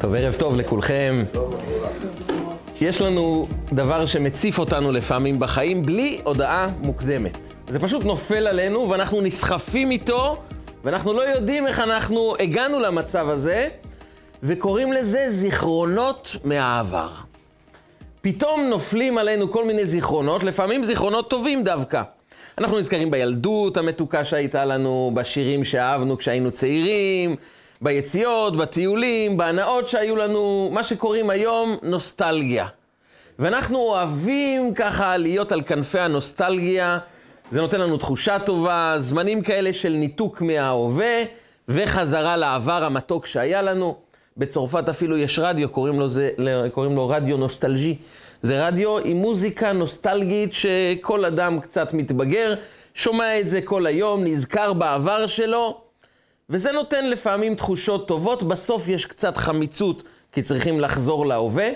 טוב, ערב טוב לכולכם. יש לנו דבר שמציף אותנו לפעמים בחיים בלי הודעה מוקדמת. זה פשוט נופל עלינו ואנחנו נסחפים איתו ואנחנו לא יודעים איך אנחנו הגענו למצב הזה, וקוראים לזה זיכרונות מהעבר. פתאום נופלים עלינו כל מיני זיכרונות, לפעמים זיכרונות טובים דווקא. אנחנו נזכרים בילדות המתוקה שהייתה לנו, בשירים שאהבנו כשהיינו צעירים, ביציאות, בטיולים, בהנאות שהיו לנו, מה שקוראים היום נוסטלגיה. ואנחנו אוהבים ככה להיות על כנפי הנוסטלגיה, זה נותן לנו תחושה טובה, זמנים כאלה של ניתוק מההווה, וחזרה לעבר המתוק שהיה לנו. בצרפת אפילו יש רדיו, קוראים לו רדיו נוסטלג'י. זה רדיו עם מוזיקה נוסטלגית שכל אדם קצת מתבגר, שומע את זה כל היום, נזכר בעבר שלו, וזה נותן לפעמים תחושות טובות. בסוף יש קצת חמיצות, כי צריכים לחזור להווה,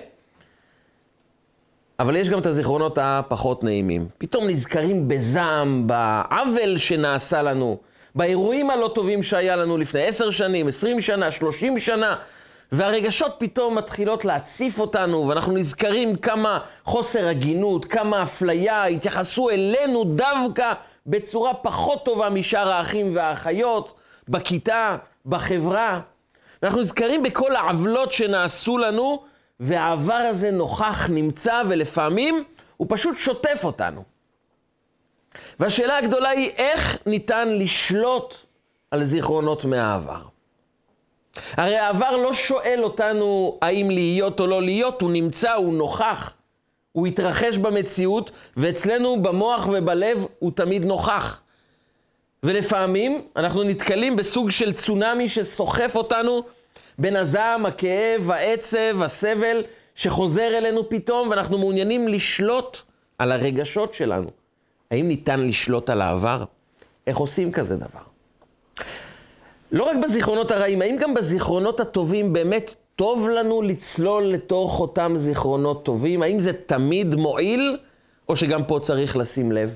אבל יש גם את הזיכרונות הפחות נעימים. פתאום נזכרים בזעם, בעוול שנעשה לנו, באירועים הלא טובים שהיה לנו לפני 10 שנים, 20 שנה, 30 שנה, והרגשות פתאום מתחילות להציף אותנו, ואנחנו נזכרים כמה חוסר הגינות, כמה אפליה, התייחסו אלינו דווקא בצורה פחות טובה משאר האחים והאחיות, בכיתה, בחברה. אנחנו נזכרים בכל העוולות שנעשו לנו, והעבר הזה נוכח, נמצא, ולפעמים הוא פשוט שוטף אותנו. והשאלה הגדולה היא איך ניתן לשלוט על זיכרונות מהעבר. הרי העבר לא שואל אותנו האם להיות או לא להיות, הוא נמצא, הוא נוכח, הוא התרחש במציאות, ואצלנו במוח ובלב הוא תמיד נוכח. ולפעמים אנחנו נתקלים בסוג של צונמי שסוחף אותנו בין הזעם, הכאב, העצב, הסבל, שחוזר אלינו פתאום, ואנחנו מעוניינים לשלוט על הרגשות שלנו. האם ניתן לשלוט על העבר? איך עושים כזה דבר? לא רק בזיכרונות הרעים, האם גם בזיכרונות הטובים באמת טוב לנו לצלול לתוך אותם זיכרונות טובים? האם זה תמיד מועיל, או שגם פה צריך לשים לב?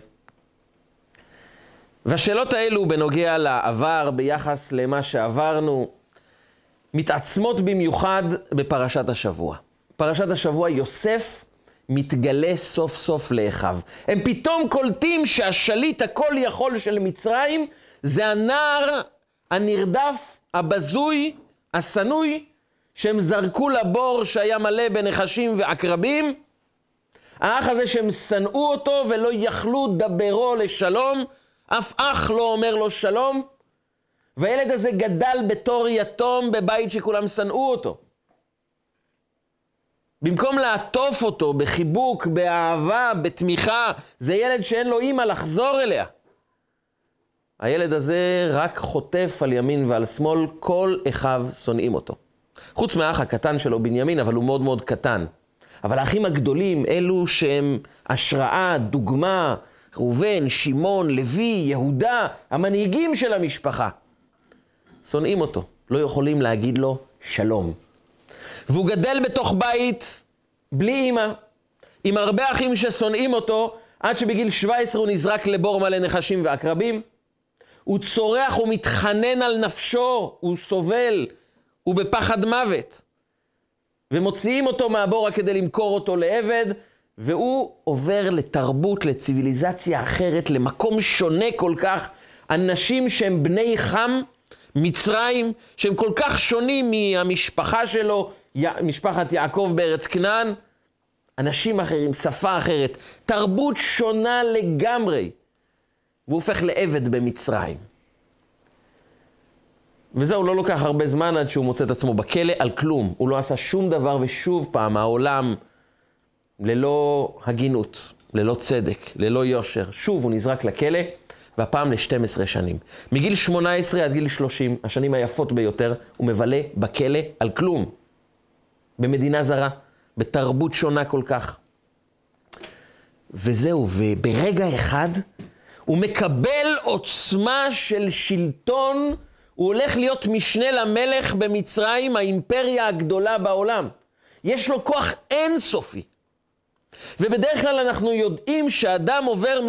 והשאלות האלו בנוגע לעבר, ביחס למה שעברנו, מתעצמות במיוחד בפרשת השבוע. פרשת השבוע יוסף מתגלה סוף סוף לאחיו. הם פתאום קולטים שהשליט הכל יכול של מצרים זה הנער הנרדף, הבזוי, הסנוי, שהם זרקו לבור שהיה מלא בנחשים ועקרבים. האח הזה שהם שנאו אותו ולא יכלו דברו לשלום, אף אח לא אומר לו שלום, והילד הזה גדל בתור יתום בבית שכולם שנאו אותו. במקום לעטוף אותו בחיבוק, באהבה, בתמיכה, זה ילד שאין לו אמא לחזור אליה. הילד הזה רק חוטף על ימין ועל שמאל, כל אחיו שונאים אותו. חוץ מהאח הקטן שלו, בנימין, אבל הוא מאוד מאוד קטן. אבל האחים הגדולים, אלו שהם השראה, דוגמה, ראובן, שמעון, לוי, יהודה, המנהיגים של המשפחה, שונאים אותו, לא יכולים להגיד לו שלום. והוא גדל בתוך בית בלי אמא, עם הרבה אחים ששונאים אותו, עד שבגיל 17 הוא נזרק לבור מלא נחשים ועקרבים. הוא צורח, הוא מתחנן על נפשו, הוא סובל, הוא בפחד מוות. ומוציאים אותו מהבור כדי למכור אותו לעבד, והוא עובר לתרבות, לציביליזציה אחרת, למקום שונה כל כך. אנשים שהם בני חם, מצרים, שהם כל כך שונים מהמשפחה שלו, משפחת יעקב בארץ כנען, אנשים אחרים, שפה אחרת, תרבות שונה לגמרי. והוא הופך לעבד במצרים. וזהו, לא לוקח הרבה זמן עד שהוא מוצא את עצמו בכלא על כלום. הוא לא עשה שום דבר, ושוב פעם העולם ללא הגינות, ללא צדק, ללא יושר. שוב הוא נזרק לכלא, והפעם ל-12 שנים. מגיל 18 עד גיל 30, השנים היפות ביותר, הוא מבלה בכלא על כלום. במדינה זרה, בתרבות שונה כל כך. וזהו, וברגע אחד הוא מקבל עוצמה של שלטון, הוא הולך להיות משנה למלך במצרים, האימפריה הגדולה בעולם. יש לו כוח אינסופי. ובדרך כלל אנחנו יודעים שאדם עובר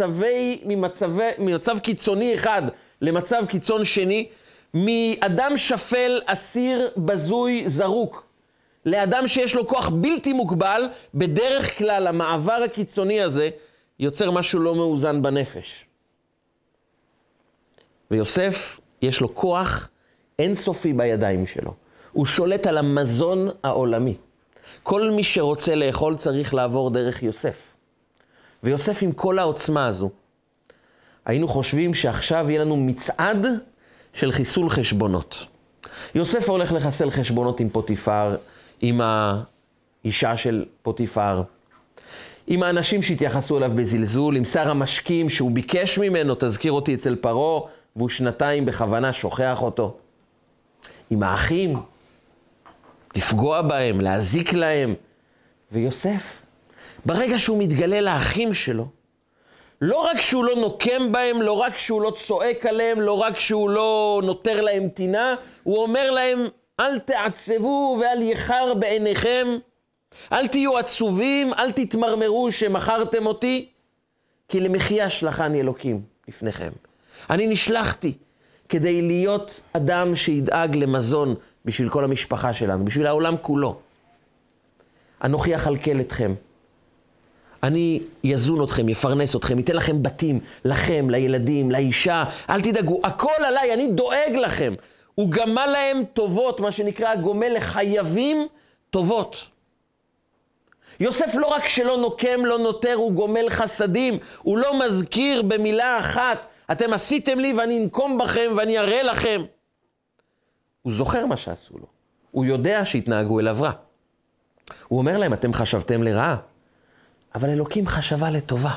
ממצב קיצוני אחד למצב קיצון שני, מאדם שפל, אסיר, בזוי, זרוק, לאדם שיש לו כוח בלתי מוגבל, בדרך כלל המעבר הקיצוני הזה יוצר משהו לא מאוזן בנפש. ויוסף יש לו כוח אינסופי בידיים שלו. הוא שולט על המזון העולמי. כל מי שרוצה לאכול צריך לעבור דרך יוסף. ויוסף עם כל העוצמה הזו, היינו חושבים שעכשיו יהיה לנו מצעד של חיסול חשבונות. יוסף הולך לחסל חשבונות עם פוטיפר, עם האישה של פוטיפר, עם האנשים שהתייחסו אליו בזלזול, עם שר המשקים שהוא ביקש ממנו, תזכיר אותי אצל פרעה, והוא שנתיים בכוונה שוכח אותו. עם האחים, לפגוע בהם, להזיק להם. ויוסף, ברגע שהוא מתגלה לאחים שלו, לא רק שהוא לא נוקם בהם, לא רק שהוא לא צועק עליהם, לא רק שהוא לא נותר להם תינה, הוא אומר להם, אל תעצבו ואל יחר בעיניכם, אל תהיו עצובים, אל תתמרמרו שמכרתם אותי, כי למחיה שלחני אלוקים לפניכם. אני נשלחתי כדי להיות אדם שידאג למזון בשביל כל המשפחה שלנו, בשביל העולם כולו. אנוכי אכלכל אתכם. אני יזון אתכם, יפרנס אתכם, ייתן לכם בתים, לכם, לילדים, לאישה. אל תדאגו, הכל עליי, אני דואג לכם. הוא גמל להם טובות, מה שנקרא גומל לחייבים טובות. יוסף לא רק שלא נוקם, לא נותר, הוא גומל חסדים. הוא לא מזכיר במילה אחת, אתם עשיתם לי ואני אנקום בכם ואני אראה לכם. הוא זוכר מה שעשו לו. הוא יודע שהתנהגו אליו רע. הוא אומר להם, אתם חשבתם לרעה, אבל אלוקים חשבה לטובה.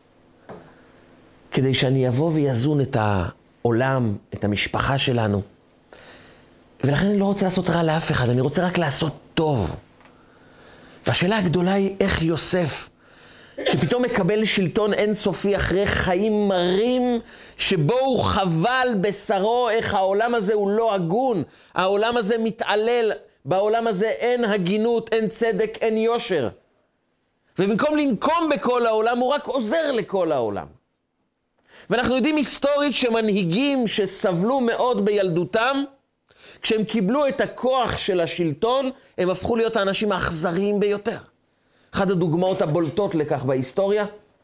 כדי שאני אבוא ויזון את העולם, את המשפחה שלנו. ולכן אני לא רוצה לעשות רע לאף אחד, אני רוצה רק לעשות טוב. והשאלה הגדולה היא איך יוסף, שפתאום מקבל שלטון אינסופי אחרי חיים מרים, שבו הוא חבל בשרו איך העולם הזה הוא לא הגון, העולם הזה מתעלל, בעולם הזה אין הגינות, אין צדק, אין יושר. ובמקום לנקום בכל העולם, הוא רק עוזר לכל העולם. ואנחנו יודעים היסטורית שמנהיגים שסבלו מאוד בילדותם, כשהם קיבלו את הכוח של השלטון, הם הפכו להיות האנשים האכזריים ביותר. אחת הדוגמאות הבולטות לכך בהיסטוריה,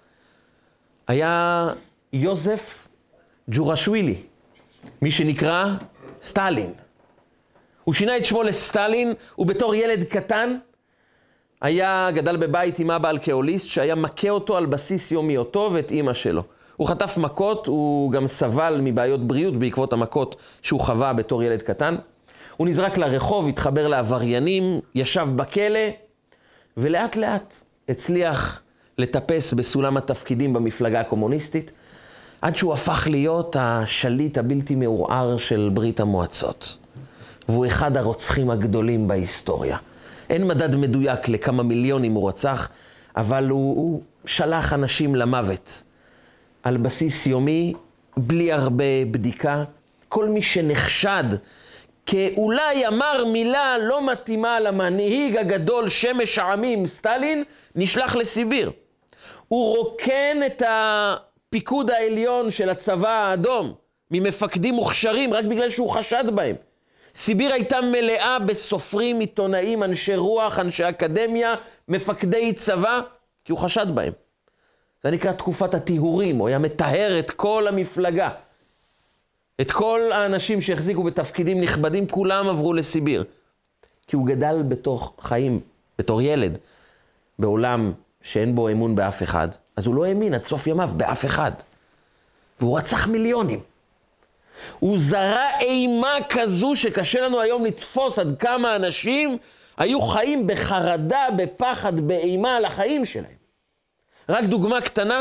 היה יוזף ג'ורשווילי, מי שנקרא סטלין. הוא שינה את שמו לסטלין, ובתור ילד קטן, גדל בבית עם אבא אלכוהוליסט, שהיה מכה אותו על בסיס יומי, אותו ואת אמא שלו. הוא חטף מכות, הוא גם סבל מבעיות בריאות בעקבות המכות שהוא חווה בתור ילד קטן. הוא נזרק לרחוב, התחבר לעבריינים, ישב בכלא, ולאט לאט הצליח לטפס בסולם התפקידים במפלגה הקומוניסטית, עד שהוא הפך להיות השליט הבלתי מעורער של ברית המועצות. והוא אחד הרוצחים הגדולים בהיסטוריה. אין מדד מדויק לכמה מיליונים הוא רצח, אבל הוא שלח אנשים למוות. על בסיס יומי, בלי הרבה בדיקה. כל מי שנחשד כאולי אמר מילה לא מתאימה למנהיג הגדול שמש העמים, סטלין, נשלח לסיביר. הוא רוקן את הפיקוד העליון של הצבא האדום ממפקדים מוכשרים רק בגלל שהוא חשד בהם. סיביר הייתה מלאה בסופרים, עיתונאים, אנשי רוח, אנשי אקדמיה, מפקדי צבא, כי הוא חשד בהם. זה נקרא תקופת הטיהורים, הוא היה מטהר את כל המפלגה. את כל האנשים שהחזיקו בתפקידים נכבדים, כולם עברו לסיביר. כי הוא גדל בתוך חיים, בתור ילד, בעולם שאין בו אמון באף אחד. אז הוא לא האמין עד סוף ימיו באף אחד. והוא רצח מיליונים. הוא זרע אימה כזו שקשה לנו היום לתפוס עד כמה אנשים היו חיים בחרדה, בפחד, באימה על החיים שלהם. רק דוגמה קטנה,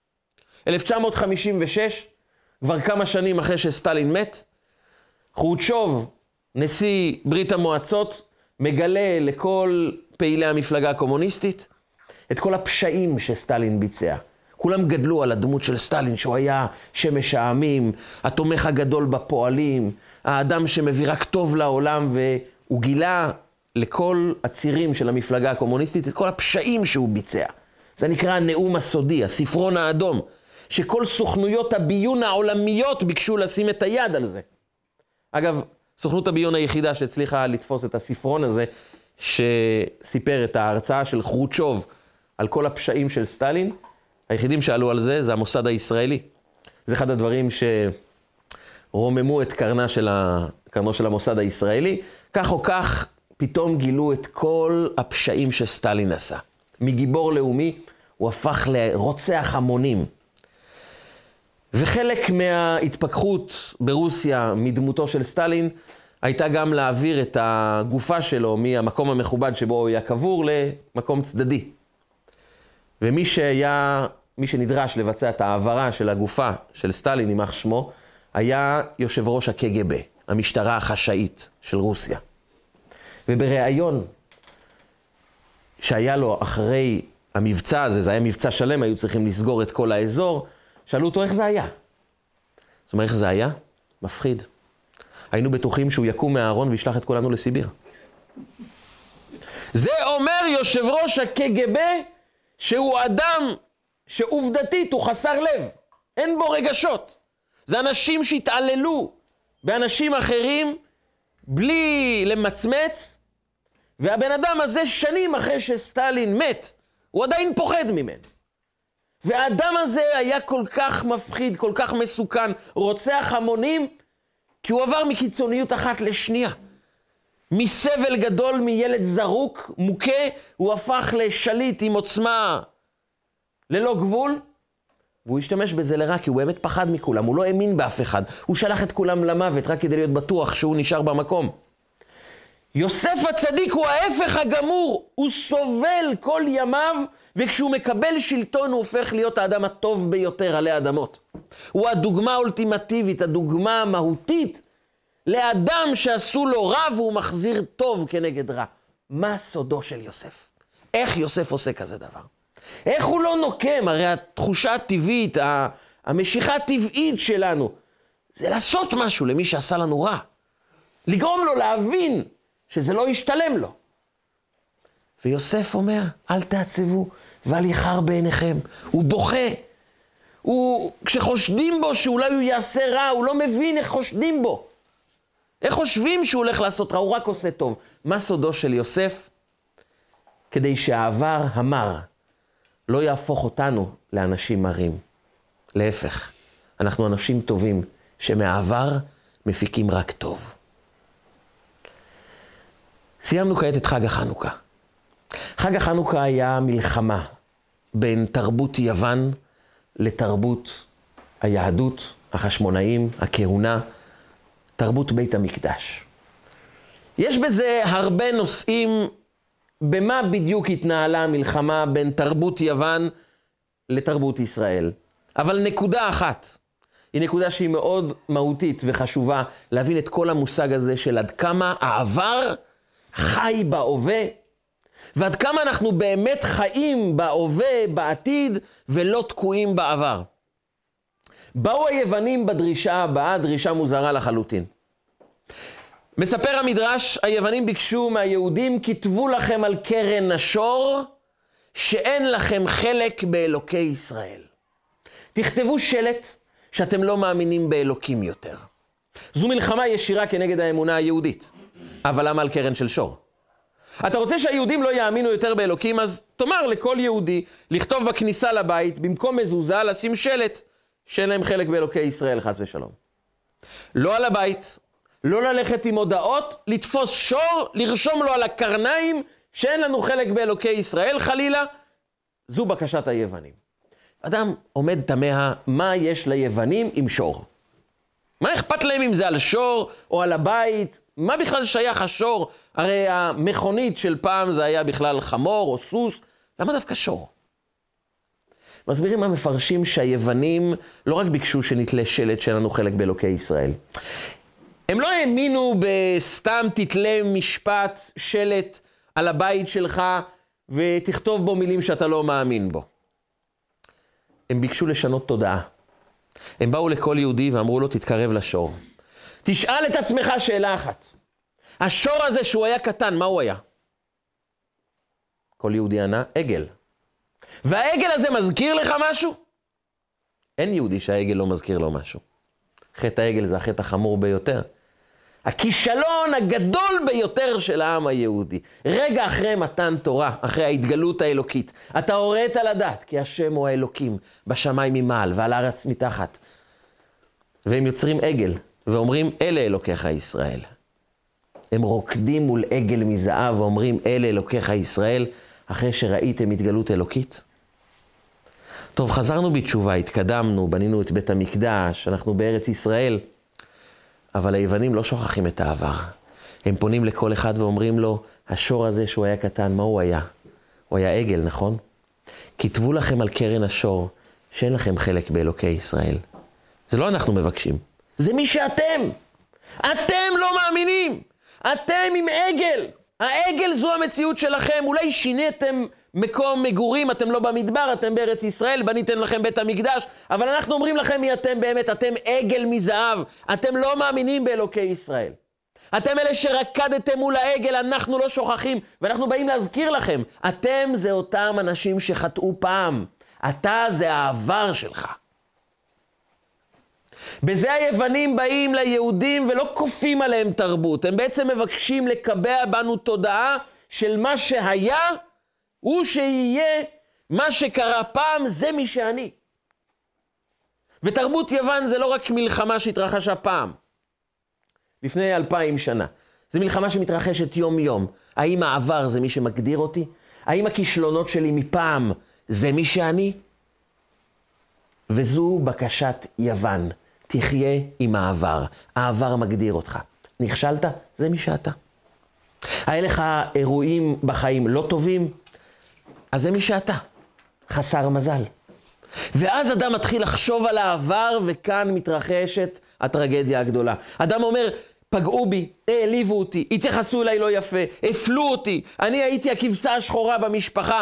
1956, כבר כמה שנים אחרי שסטלין מת, חרוצ'וב, נשיא ברית המועצות, מגלה לכל פעילי המפלגה הקומוניסטית את כל הפשעים שסטלין ביצע. כולם גדלו על הדמות של סטלין, שהוא היה שמש העמים, התומך הגדול בפועלים, האדם שמביא רק טוב לעולם, והוא גילה לכל הצירים של המפלגה הקומוניסטית את כל הפשעים שהוא ביצע. זה נקרא הנאום הסודי, הספרון האדום, שכל סוכנויות הביון העולמיות ביקשו לשים את היד על זה. אגב, סוכנות הביון היחידה שהצליחה לתפוס את הספרון הזה, שסיפר את ההרצאה של חרוצ'וב על כל הפשעים של סטלין. היחידים שעלו על זה המוסד הישראלי. זה אחד הדברים שרוממו את קרנו של המוסד הישראלי. כך או כך, פתאום גילו את כל הפשעים שסטלין עשה. מגיבור לאומי, הוא הפך לרוצח המונים. וחלק מההתפכחות ברוסיה מדמותו של סטלין, הייתה גם להעביר את הגופה שלו מהמקום המכובד שבו הוא היה קבור למקום צדדי. ומי שנדרש לבצע את העברה של הגופה של סטלין, יימח שמו, היה יושב ראש הקג"ב, המשטרה החשאית של רוסיה. ובראיון שהיה לו אחרי המבצע הזה, זה היה מבצע שלם, היו צריכים לסגור את כל האזור, שאלו אותו איך זה היה. זאת אומרת, איך זה היה? מפחיד. היינו בטוחים שהוא יקום מהארון וישלח את כולנו לסיביר. זה אומר יושב ראש הקג"ב שהוא אדם שעובדתית הוא חסר לב. אין בו רגשות. זה אנשים שהתעללו באנשים אחרים בלי למצמץ, והבן אדם הזה שנים אחרי שסטלין מת, הוא עדיין פוחד ממנו. והאדם הזה היה כל כך מפחיד, כל כך מסוכן, רוצח המונים, כי הוא עבר מקיצוניות אחת לשנייה. מסבל גדול מילד זרוק, מוכה, הוא הפך לשליט עם עוצמה ללא גבול, והוא השתמש בזה לרע, כי הוא באמת פחד מכולם, הוא לא האמין באף אחד. הוא שלח את כולם למוות רק כדי להיות בטוח שהוא נשאר במקום. יוסף הצדיק הוא ההפך הגמור, הוא סובל כל ימיו, וכשהוא מקבל שלטון הוא הופך להיות האדם הטוב ביותר עלי אדמות. הוא הדוגמה האולטימטיבית, הדוגמה המהותית, לאדם שעשו לו רע והוא מחזיר טוב כנגד רע. מה סודו של יוסף? איך יוסף עושה כזה דבר? איך הוא לא נוקם? הרי התחושה הטבעית, המשיכה הטבעית שלנו, זה לעשות משהו למי שעשה לנו רע. לגרום לו להבין שזה לא ישתלם לו. ויוסף אומר, אל תעצבו ואל יחר בעיניכם. הוא בוכה. כשחושדים בו שאולי הוא יעשה רע, הוא לא מבין איך חושדים בו. איך חושבים שהוא הולך לעשות רע, הוא רק עושה טוב. מה סודו של יוסף? כדי שהעבר המר לא יהפוך אותנו לאנשים מרים. להפך, אנחנו אנשים טובים שמעבר מפיקים רק טוב. סיימנו כעת את חג החנוכה. חג החנוכה היה מלחמה בין תרבות יוון לתרבות היהדות, החשמונאים, הכהונה, תרבות בית המקדש. יש בזה הרבה נושאים במה בדיוק התנהלה המלחמה בין תרבות יוון לתרבות ישראל. אבל נקודה אחת, היא נקודה שהיא מאוד מהותית וחשובה, להבין את כל המושג הזה של עד כמה העבר חי בהווה, ועד כמה אנחנו באמת חיים בהווה, בעתיד, ולא תקועים בעבר. באו היוונים בדרישה הבאה, דרישה מוזרה לחלוטין. מספר המדרש, היוונים ביקשו מהיהודים, כתבו לכם על קרן השור, שאין לכם חלק באלוקי ישראל. תכתבו שלט שאתם לא מאמינים באלוקים יותר. זו מלחמה ישירה כנגד האמונה היהודית. אבל למה על קרן של שור? אתה רוצה שהיהודים לא יאמינו יותר באלוקים, אז תאמר לכל יהודי לכתוב בכניסה לבית, במקום מזוזה, לשים שלט שאין להם חלק באלוקי ישראל, חס ושלום. לא על הבית, לא ללכת עם הודעות, לתפוס שור, לרשום לו על הקרניים שאין לנו חלק באלוקי ישראל, חלילה. זו בקשת היוונים. אדם עומד תמה, מה יש ליוונים עם שור? מה אכפת להם אם זה על שור או על הבית? מה בכלל שייך השור? הרי המכונית של פעם זה היה בכלל חמור או סוס. למה דווקא שור? מסבירים המפרשים שהיוונים לא רק ביקשו שנתלה שלט שאין לנו חלק באלוקי ישראל. הם לא האמינו בסתם תתלה משפט שלט על הבית שלך ותכתוב בו מילים שאתה לא מאמין בו. הם ביקשו לשנות תודעה. הם באו לכל יהודי ואמרו לו, תתקרב לשור. תשאל את עצמך שאלה אחת. השור הזה שהוא היה קטן, מה הוא היה? כל יהודי ענה, עגל. והעגל הזה מזכיר לך משהו? אין יהודי שהעגל לא מזכיר לו משהו. חטא העגל זה החטא החמור ביותר. הכישלון הגדול ביותר של העם היהודי. רגע אחרי מתן תורה, אחרי ההתגלות האלוקית, אתה הוראת לדעת, כי השם הוא האלוקים, בשמיים ממעל ועל הארץ מתחת. והם יוצרים עגל, ואומרים, אלה אלוקיך ישראל. הם רוקדים מול עגל מזהב, ואומרים, אלה אלוקיך ישראל, אחרי שראיתם התגלות אלוקית. טוב, חזרנו בתשובה, התקדמנו, בנינו את בית המקדש, אנחנו בארץ ישראל, אבל היוונים לא שוכחים את העבר. הם פונים לכל אחד ואומרים לו, השור הזה שהוא היה קטן, מה הוא היה? הוא היה עגל, נכון? כתבו לכם על קרן השור, שאין לכם חלק באלוקי ישראל. זה לא אנחנו מבקשים, זה מי שאתם. אתם לא מאמינים, אתם עם עגל. העגל זו המציאות שלכם, אולי שיניתם מקום מגורים, אתם לא במדבר, אתם בארץ ישראל, בניתם לכם בית המקדש, אבל אנחנו אומרים לכם מי אתם באמת, אתם עגל מזהב, אתם לא מאמינים באלוקי ישראל. אתם אלה שרקדתם מול העגל, אנחנו לא שוכחים, ואנחנו באים להזכיר לכם, אתם זה אותם אנשים שחטאו פעם, אתה זה העבר שלך. בזה היוונים באים ליהודים ולא כופים עליהם תרבות, הם בעצם מבקשים לקבע בנו תודעה של מה שהיה, הוא שיהיה, מה שקרה פעם זה מי שאני. ותרבות יוון זה לא רק מלחמה שהתרחשה פעם, לפני 2000 שנה. זה מלחמה שמתרחשת יום יום. האם העבר זה מי שמגדיר אותי? האם הכישלונות שלי מפעם זה מי שאני? וזו בקשת יוון. תחיה עם העבר. העבר מגדיר אותך. נכשלת? זה מי שאתה. היה לך אירועים בחיים לא טובים? אז זה מי שאתה. חסר מזל. ואז אדם מתחיל לחשוב על העבר, וכאן מתרחשת הטרגדיה הגדולה. אדם אומר, פגעו בי, העליבו אותי, התייחסו אליי לא יפה, הפלו אותי, אני הייתי הכבשה השחורה במשפחה.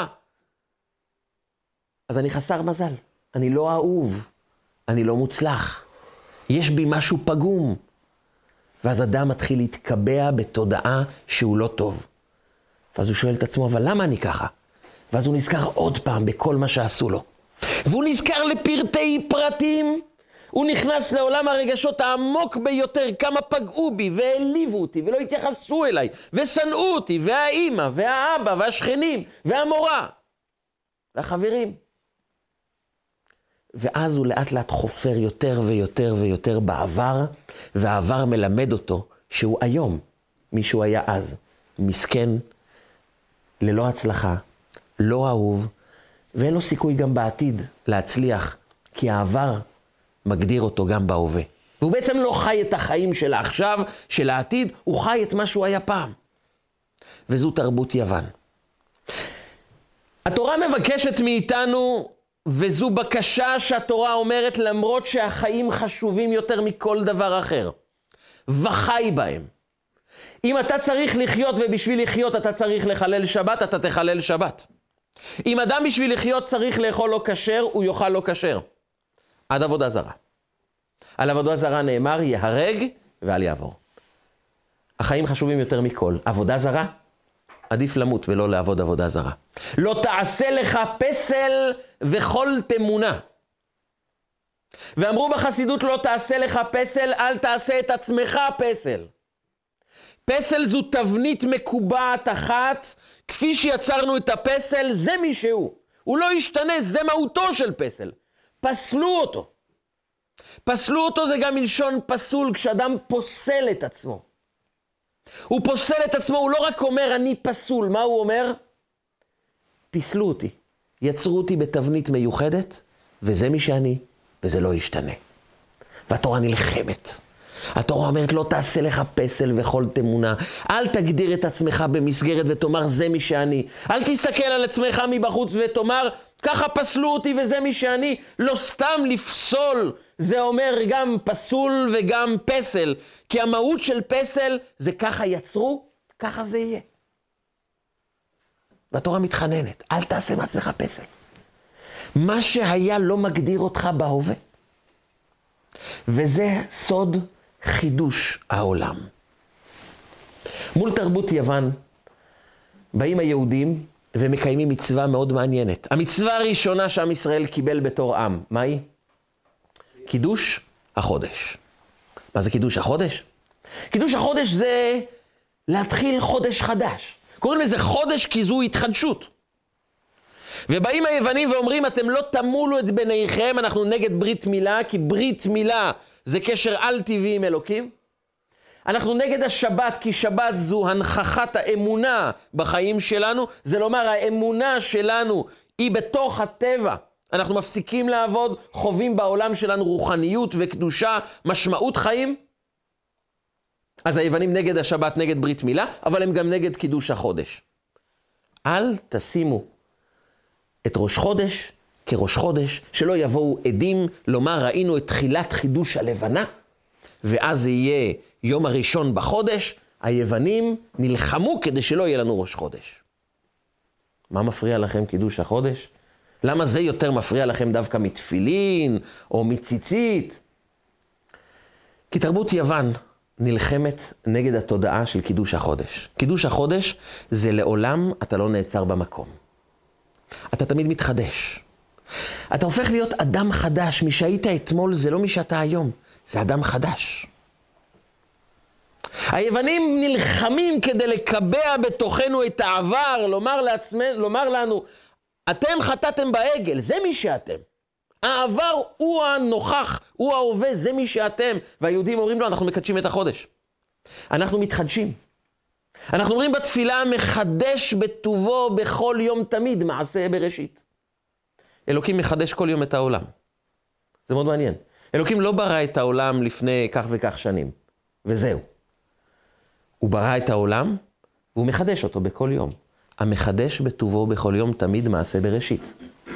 אז אני חסר מזל, אני לא אהוב, אני לא מוצלח. יש בי משהו פגום. ואז אדם מתחיל להתקבע בתודעה שהוא לא טוב. ואז הוא שואל את עצמו, אבל למה אני ככה? ואז הוא נזכר עוד פעם בכל מה שעשו לו. והוא נזכר לפרטי פרטים, הוא נכנס לעולם הרגשות העמוק ביותר, כמה פגעו בי והעליבו אותי ולא התייחסו אליי, ושנאו אותי, והאימא, והאבא, והשכנים, והמורה, והחברים. ואז הוא לאט לאט חופר יותר ויותר ויותר בעבר, והעבר מלמד אותו שהוא היום, מי שהוא היה אז, מסכן, ללא הצלחה, לא אהוב, ואין לו סיכוי גם בעתיד להצליח, כי העבר מגדיר אותו גם בהווה. והוא בעצם לא חי את החיים של העכשיו, של העתיד, הוא חי את מה שהוא היה פעם. וזו תרבות יוון. התורה מבקשת מאיתנו, וזו בקשה שהתורה אומרת, למרות שהחיים חשובים יותר מכל דבר אחר. וחי בהם. אם אתה צריך לחיות, ובשביל לחיות אתה צריך לחלל שבת, אתה תחלל שבת. אם אדם בשביל לחיות צריך לאכול לא כשר, הוא יאכל לא כשר. עד עבודה זרה. על עבודה זרה נאמר, יהרג ואל יעבור. החיים חשובים יותר מכל. עבודה זרה, עדיף למות ולא לעבוד עבודה זרה. לא תעשה לך פסל וכל תמונה. ואמרו בחסידות, לא תעשה לך פסל, אל תעשה את עצמך פסל. פסל זו תבנית מקובעת אחת, כפי שיצרנו את הפסל, זה מי שהוא. הוא לא ישתנה, זה מהותו של פסל. פסלו אותו. פסלו אותו זה גם מלשון פסול, כשאדם פוסל את עצמו. הוא פוסל את עצמו, הוא לא רק אומר אני פסול, מה הוא אומר? פיסלו אותי, יצרו אותי בתבנית מיוחדת, וזה מי שאני, וזה לא ישתנה. והתורה נלחמת. התורה אומרת, לא תעשה לך פסל וכל תמונה. אל תגדיר את עצמך במסגרת ותאמר, זה מי שאני. אל תסתכל על עצמך מבחוץ ותאמר, ככה פסלו אותי וזה מי שאני. לא סתם לפסול, זה אומר גם פסול וגם פסל. כי המהות של פסל זה ככה יצרו, ככה זה יהיה. והתורה מתחננת, אל תעשה מעצמך פסל. מה שהיה לא מגדיר אותך בהווה. וזה סוד חידוש העולם. מול תרבות יוון באים היהודים ומקיימים מצווה מאוד מעניינת. המצווה הראשונה שעם ישראל קיבל בתור עם, מהי? קידוש החודש. מה זה קידוש החודש? קידוש החודש זה להתחיל חודש חדש. קוראים לזה חודש כי זו התחדשות. ובאים היוונים ואומרים, אתם לא תמולו את בניכם, אנחנו נגד ברית מילה, כי ברית מילה זה קשר על טבעי עם אלוקים. אנחנו נגד השבת, כי שבת זו הנחכת האמונה בחיים שלנו, זה לומר האמונה שלנו היא בתוך הטבע. אנחנו מפסיקים לעבוד, חווים בעולם שלנו רוחניות וקדושה, משמעות חיים. אז היוונים נגד השבת, נגד ברית מילה, אבל הם גם נגד קידוש החודש. אל תשימו את ראש חודש כראש חודש, שלא יבואו עדים לומר ראינו את תחילת חידוש הלבנה, ואז זה יהיה יום הראשון בחודש, היוונים נלחמו כדי שלא יהיה לנו ראש חודש. מה מפריע לכם קידוש החודש? למה זה יותר מפריע לכם דווקא מתפילין או מציצית? כי תרבות יוון נלחמת נגד התודעה של קידוש החודש. קידוש החודש זה לעולם אתה לא נעצר במקום. אתה תמיד מתחדש. אתה הופך להיות אדם חדש. מי שהיית אתמול זה לא מי שאתה היום, זה אדם חדש. היוונים נלחמים כדי לקבע בתוכנו את העבר, לומר לנו, אתם חטאתם בעגל, זה מי שאתם. העבר הוא הנוכח, הוא ההווה, זה מי שאתם. והיהודים אומרים לו, אנחנו מקדשים את החודש. אנחנו מתחדשים. אנחנו אומרים בתפילה, מחדש בטובו בכל יום תמיד, מעשה בראשית. אלוקים מחדש כל יום את העולם. זה מאוד מעניין. אלוקים לא ברא את העולם לפני כך וכך שנים, וזהו. הוא ברא את העולם, והוא מחדש אותו בכל יום. המחדש בטובו בכל יום תמיד מעשה בראשית.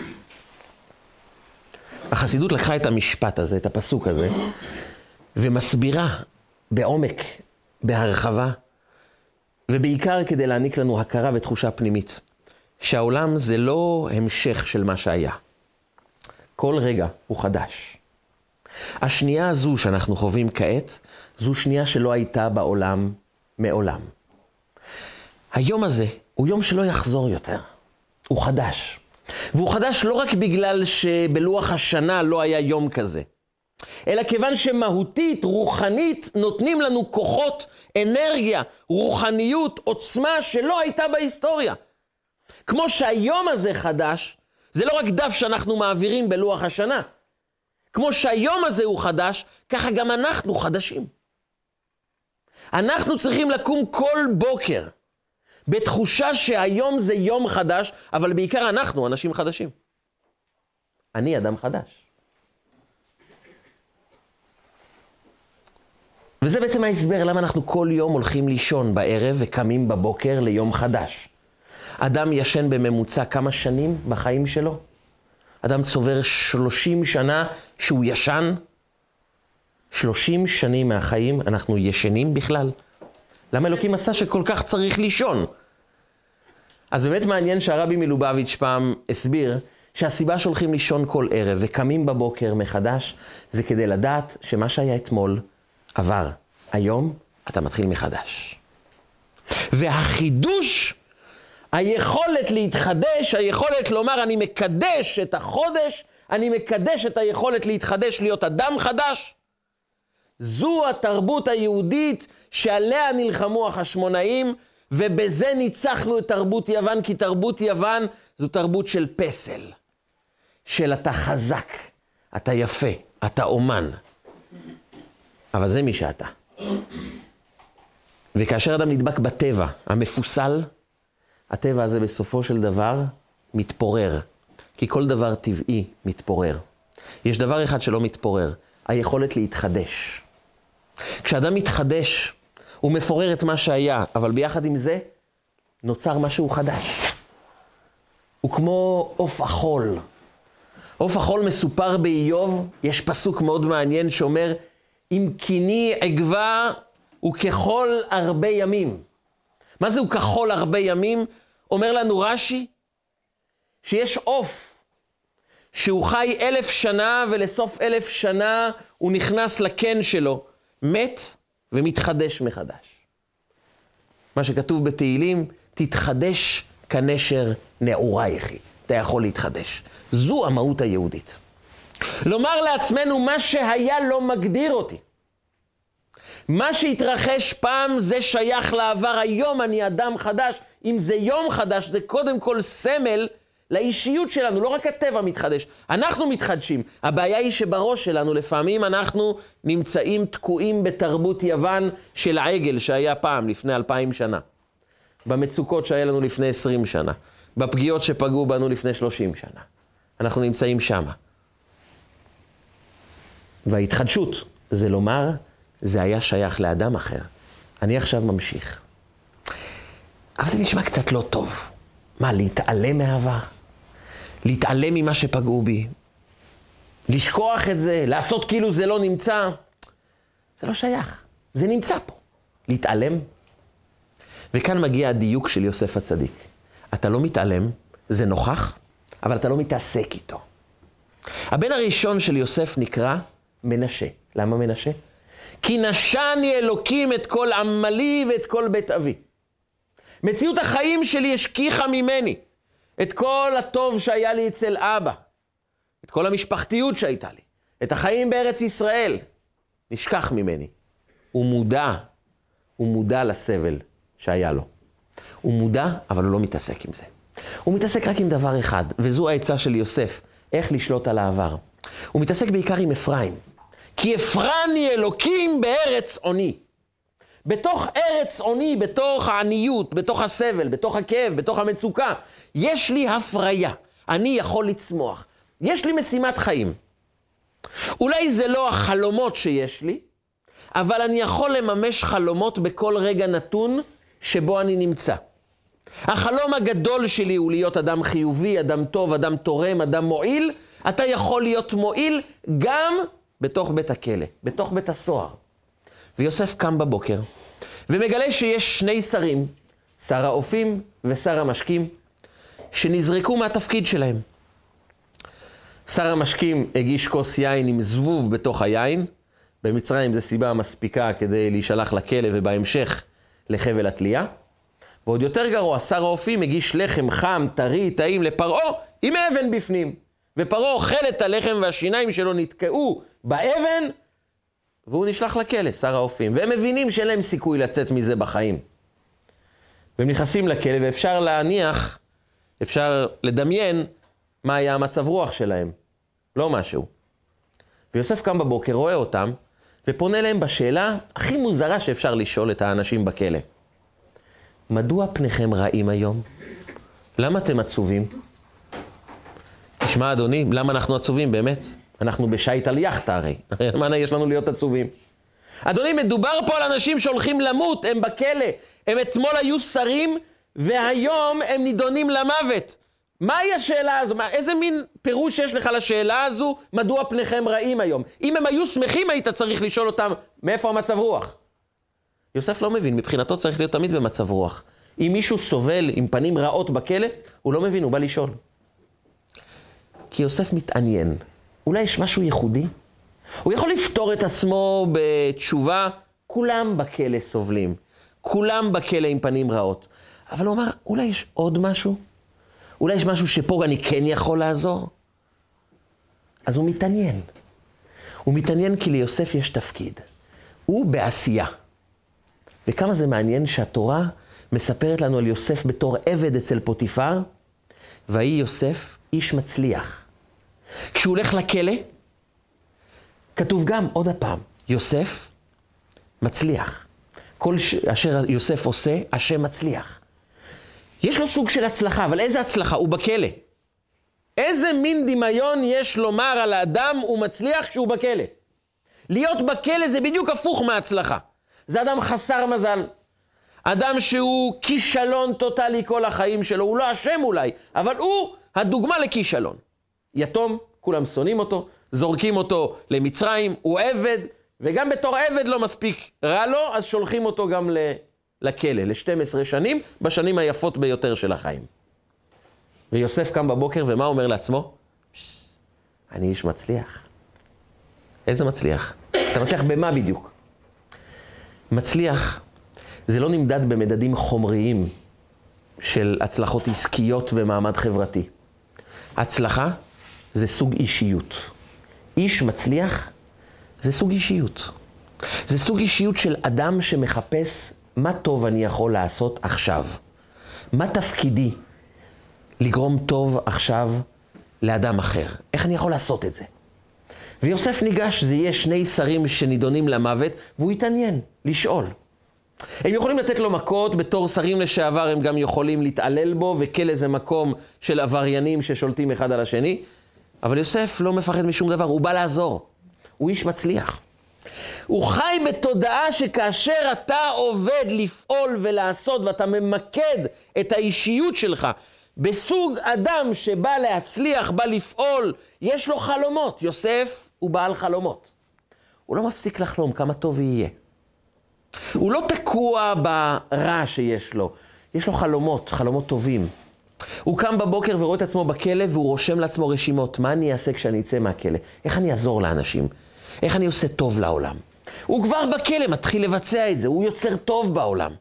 החסידות לקחה את המשפט הזה, את הפסוק הזה, ומסבירה בעומק, בהרחבה, ובעיקר כדי להעניק לנו הכרה ותחושה פנימית, שהעולם זה לא המשך של מה שהיה. כל רגע הוא חדש. השנייה הזו שאנחנו חווים כעת, זו שנייה שלא הייתה בעולם מעולם. היום הזה הוא יום שלא יחזור יותר. הוא חדש. והוא חדש לא רק בגלל שבלוח השנה לא היה יום כזה, אלא כיוון שמהותית, רוחנית, נותנים לנו כוחות, אנרגיה, רוחניות, עוצמה שלא הייתה בהיסטוריה. כמו שהיום הזה חדש, זה לא רק דף שאנחנו מעבירים בלוח השנה. כמו שהיום הזה הוא חדש, ככה גם אנחנו חדשים. אנחנו צריכים לקום כל בוקר, בתחושה שהיום זה יום חדש, אבל בעיקר אנחנו אנשים חדשים. אני אדם חדש. וזה בעצם ההסבר למה אנחנו כל יום הולכים לישון בערב וקמים בבוקר ליום חדש. אדם ישן בממוצע כמה שנים בחיים שלו? אדם צובר 30 שנה שהוא ישן. 30 שנים מהחיים אנחנו ישנים בכלל. למה אלוקים עשה שכל כך צריך לישון? אז באמת מעניין שהרבי מלובביץ' פעם הסביר שהסיבה שהולכים לישון כל ערב וקמים בבוקר מחדש, זה כדי לדעת שמה שהיה אתמול עבר. היום אתה מתחיל מחדש. והחידוש, היכולת להתחדש, היכולת לומר אני מקדש את החודש, אני מקדש את היכולת להתחדש, להיות אדם חדש, זו התרבות היהודית שעליה נלחמו החשמונאים, ובזה ניצחנו את תרבות יוון, כי תרבות יוון זו תרבות של פסל, של אתה חזק, אתה יפה, אתה אומן. אבל זה מי שאתה. וכאשר אדם נדבק בטבע המפוסל, הטבע הזה בסופו של דבר מתפורר, כי כל דבר טבעי מתפורר. יש דבר אחד שלא מתפורר, היכולת להתחדש. כשאדם מתחדש, הוא מפורר את מה שהיה, אבל ביחד עם זה נוצר משהו חדש. הוא כמו עוף החול. עוף החול מסופר באיוב, יש פסוק מאוד מעניין שאומר, אם קיני עגבה הוא כחול הרבה ימים. מה זה הוא כחול הרבה ימים? אומר לנו רש"י, שיש עוף שהוא חי 1000 שנה, ולסוף 1000 שנה הוא נכנס לקן שלו, מת ומתחדש מחדש. מה שכתוב בתהילים, תתחדש כנשר נעורייך. אתה יכול להתחדש. זו המהות היהודית. לומר לעצמנו, מה שהיה לא מגדיר אותי. מה שהתרחש פעם זה שייך לעבר. היום אני אדם חדש. אם זה יום חדש, זה קודם כל סמל לאישיות שלנו. לא רק הטבע מתחדש, אנחנו מתחדשים. הבעיה היא שבראש שלנו לפעמים אנחנו נמצאים תקועים בתרבות יוון של העגל שהיה פעם, לפני 2000 שנה. במצוקות שהיה לנו לפני 20 שנה. בפגיעות שפגעו בנו לפני 30 שנה. אנחנו נמצאים שם. וההתחדשות, זה לומר, זה היה שייך לאדם אחר. אני עכשיו ממשיך. אבל זה נשמע קצת לא טוב. מה, להתעלם מהעבר? להתעלם ממה שפגעו בי? לשכוח את זה? לעשות כאילו זה לא נמצא? זה לא שייך. זה נמצא פה. להתעלם? וכאן מגיע הדיוק של יוסף הצדיק. אתה לא מתעלם, זה נוכח, אבל אתה לא מתעסק איתו. הבן הראשון של יוסף נקרא מנשה. למה מנשה? כי נשני אלוקים את כל עמלי ואת כל בית אבי. מציאות החיים שלי השכיחה ממני את כל הטוב שהיה לי אצל אבא, את כל המשפחתיות שהייתה לי, את החיים בארץ ישראל. נשכח ממני. הוא מודע לסבל שהיה לו. הוא מודע, אבל הוא לא מתעסק עם זה. הוא מתעסק רק עם דבר אחד, וזו העצה של יוסף, איך לשלוט על העבר. הוא מתעסק בעיקר עם אפרים. כי אפרני אלוקים בארץ עוני. בתוך ארץ עוני, בתוך העניות, בתוך הסבל, בתוך הכאב, בתוך המצוקה, יש לי הפריה. אני יכול לצמוח. יש לי משימת חיים. אולי זה לא החלומות שיש לי, אבל אני יכול לממש חלומות בכל רגע נתון שבו אני נמצא. החלום הגדול שלי הוא להיות אדם חיובי, אדם טוב, אדם תורם, אדם מועיל. אתה יכול להיות מועיל גם בתוך בית הכלא, בתוך בית הסוהר. ויוסף קם בבוקר ומגלה שיש שני שרים, שר האופים ושר המשקים, שנזרקו מהתפקיד שלהם. שר המשקים הגיש כוס יין עם זבוב בתוך היין. במצרים זה סיבה מספיקה כדי להישלח לכלא ובהמשך לחבל התלייה. ועוד יותר גרוע, שר האופים הגיש לחם חם, טרי, טעים לפרעה עם אבן בפנים. ופרעה אוכל את הלחם והשיניים שלו נתקעו באבן, והוא נשלח לכלא, שר האופים. והם מבינים שאין להם סיכוי לצאת מזה בחיים. והם נכנסים לכלא, ואפשר להניח, אפשר לדמיין מה היה המצב רוח שלהם. לא משהו. ויוסף קם בבוקר, רואה אותם, ופונה להם בשאלה הכי מוזרה שאפשר לשאול את האנשים בכלא. מדוע פניכם רעים היום? למה אתם עצובים? תשמע אדוני, למה אנחנו עצובים באמת? אנחנו בשייט על יחטה הרי. מה יש לנו להיות עצובים? אדוני, מדובר פה על אנשים שהולכים למות, הם בכלא. הם אתמול היו שרים, והיום הם נידונים למוות. מהי השאלה הזו? איזה מין פירוש יש לך לשאלה הזו? מדוע פניכם רעים היום? אם הם היו שמחים, היית צריך לשאול אותם, מאיפה המצב רוח? יוסף לא מבין, מבחינתו צריך להיות תמיד במצב רוח. אם מישהו סובל עם פנים רעות בכלא, הוא לא מבין, הוא בא לשאול. כי יוסף מתעניין. אולי יש משהו ייחודי? הוא יכול לפתור את עצמו בתשובה, כולם בכלא סובלים. כולם בכלא עם פנים רעות. אבל הוא אמר, אולי יש עוד משהו? אולי יש משהו שפה אני כן יכול לעזור? אז הוא מתעניין. הוא מתעניין כי ליוסף יש תפקיד. הוא בעשייה. וכמה זה מעניין שהתורה מספרת לנו על יוסף בתור עבד אצל פוטיפר, והיא יוסף איש מצליח. כשהוא הולך לכלא, כתוב גם עוד הפעם, יוסף מצליח. כל אשר יוסף עושה, השם מצליח. יש לו סוג של הצלחה, אבל איזה הצלחה? הוא בכלא. איזה מין דמיון יש לומר על האדם הוא מצליח כשהוא בכלא? להיות בכלא זה בדיוק הפוך מההצלחה. זה אדם חסר מזל. אדם שהוא כישלון טוטלי כל החיים שלו. הוא לא אשם אולי, אבל הוא הדוגמה לכישלון. יתום, כולם שונאים אותו, זורקים אותו למצרים, הוא עבד, וגם בתור עבד לא מספיק רע לו, אז שולחים אותו גם לכלא, ל-12 שנים, בשנים היפות ביותר של החיים. ויוסף קם בבוקר, ומה אומר לעצמו? אני איש מצליח. איזה מצליח? אתה מצליח במה בדיוק? מצליח, זה לא נמדד במדדים חומריים של הצלחות עסקיות ומעמד חברתי. הצלחה זה סוג אישיות. איש מצליח זה סוג אישיות. זה סוג אישיות של אדם שמחפש מה טוב אני יכול לעשות עכשיו. מה תפקידי לגרום טוב עכשיו לאדם אחר? איך אני יכול לעשות את זה? ויוסף ניגש, זה יהיה שני שרים שנידונים למוות, והוא יתעניין, לשאול. הם יכולים לתת לו מכות, בתור שרים לשעבר הם גם יכולים להתעלל בו, וכלא זה מקום של עבריינים ששולטים אחד על השני. אבל יוסף לא מפחד משום דבר, הוא בא לעזור. הוא איש מצליח. הוא חי בתודעה שכאשר אתה עובד לפעול ולעשות, ואתה ממקד את האישיות שלך, בסוג אדם שבא להצליח, בא לפעול, יש לו חלומות. יוסף הוא בעל חלומות. הוא לא מפסיק לחלום כמה טוב יהיה. הוא לא תקוע ברע שיש לו. יש לו חלומות, חלומות טובים. הוא קם בבוקר ורואה את עצמו בכלא, והוא רושם לעצמו רשימות. מה אני אעשה כשאני אצא מהכלא? איך אני אעזור לאנשים? איך אני עושה טוב לעולם? הוא כבר בכלא מתחיל לבצע את זה. הוא יוצר טוב בעולם.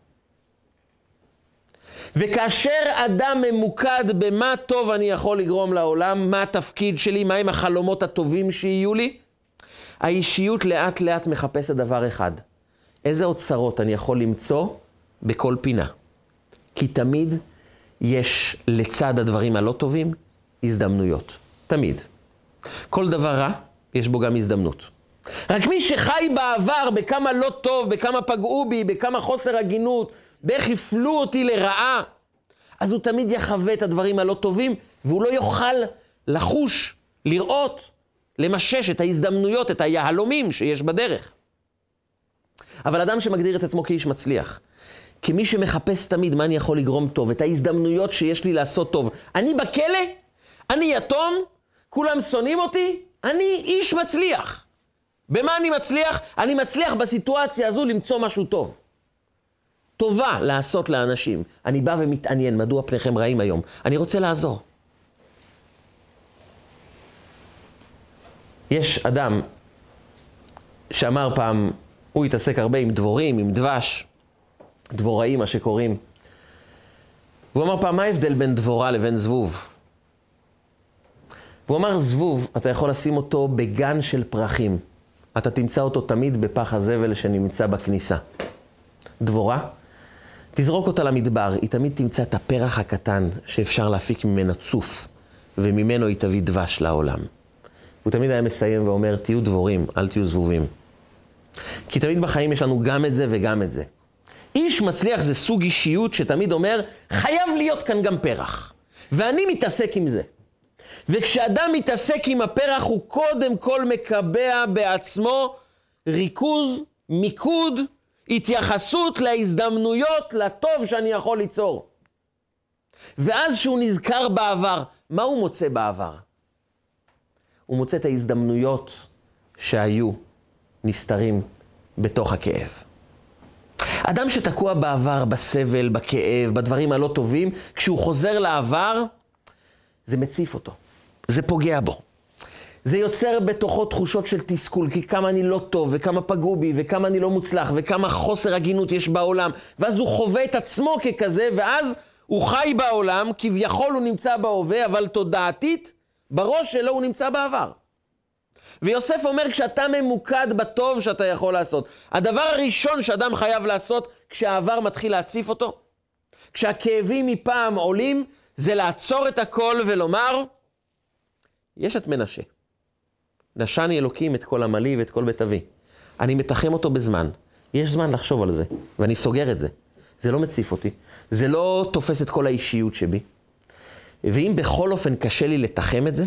וכאשר אדם ממוקד במה טוב אני יכול לגרום לעולם, מה התפקיד שלי, מהם החלומות הטובים שיהיו לי, האישיות לאט לאט מחפשת דבר אחד. איזה אוצרות אני יכול למצוא בכל פינה. כי תמיד יש לצד הדברים הלא טובים הזדמנויות. תמיד. כל דבר רע יש בו גם הזדמנות. רק מי שחי בעבר בכמה לא טוב, בכמה פגעו בי, בכמה חוסר הגינות, באיך הפלו אותי לרעה, אז הוא תמיד יחווה את הדברים הלא טובים, והוא לא יוכל לחוש, לראות, למשש את ההזדמנויות, את היהלומים שיש בדרך. אבל אדם שמגדיר את עצמו כאיש מצליח, כמי שמחפש תמיד מה אני יכול לגרום טוב, את ההזדמנויות שיש לי לעשות טוב. אני בכלא, אני יתום, כולם שונאים אותי, אני איש מצליח. במה אני מצליח? אני מצליח בסיטואציה הזו למצוא משהו טוב. טובה לעשות לאנשים. אני בא ומתעניין, מדוע פניכם רעים היום? אני רוצה לעזור. יש אדם שאמר פעם, הוא התעסק הרבה עם דבורים, עם דבש, דבוראים, מה שקוראים. והוא אמר פעם, מה ההבדל בין דבורה לבין זבוב? והוא אמר, זבוב, אתה יכול לשים אותו בגן של פרחים. אתה תמצא אותו תמיד בפח הזבל שנמצא בכניסה. דבורה, תזרוק אותה למדבר, היא תמיד תמצא את הפרח הקטן שאפשר להפיק ממנו צוף, וממנו היא תביא דבש לעולם. הוא תמיד היה מסיים ואומר, תהיו דבורים, אל תהיו זבובים. כי תמיד בחיים יש לנו גם את זה וגם את זה. איש מצליח זה סוג אישיות שתמיד אומר, חייב להיות כאן גם פרח. ואני מתעסק עם זה. וכשאדם מתעסק עם הפרח, הוא קודם כל מקבע בעצמו ריכוז, מיקוד, התייחסות להזדמנויות, לטוב שאני יכול ליצור. ואז שהוא נזכר בעבר, מה הוא מוצא בעבר? הוא מוצא את ההזדמנויות שהיו נסתרים בתוך הכאב. אדם שתקוע בעבר, בסבל, בכאב, בדברים הלא טובים, כשהוא חוזר לעבר, זה מציף אותו. זה פוגע בו. זה יוצר בתוכו תחושות של תסכול, כי כמה אני לא טוב, וכמה פגעו בי, וכמה אני לא מוצלח, וכמה חוסר הגינות יש בעולם. ואז הוא חווה את עצמו ככזה, ואז הוא חי בעולם, כביכול הוא נמצא בהווה, אבל תודעתית, בראש שלו הוא נמצא בעבר. ויוסף אומר, כשאתה ממוקד בטוב שאתה יכול לעשות, הדבר הראשון שאדם חייב לעשות, כשהעבר מתחיל להציף אותו, כשהכאבים מפעם עולים, זה לעצור את הכל ולומר, יש את מנשה. נשני אלוקים את כל עמלי ואת כל בית אבי. אני מתחם אותו בזמן. יש זמן לחשוב על זה, ואני סוגר את זה. זה לא מציף אותי. זה לא תופס את כל האישיות שבי. ואם בכל אופן קשה לי לתחם את זה,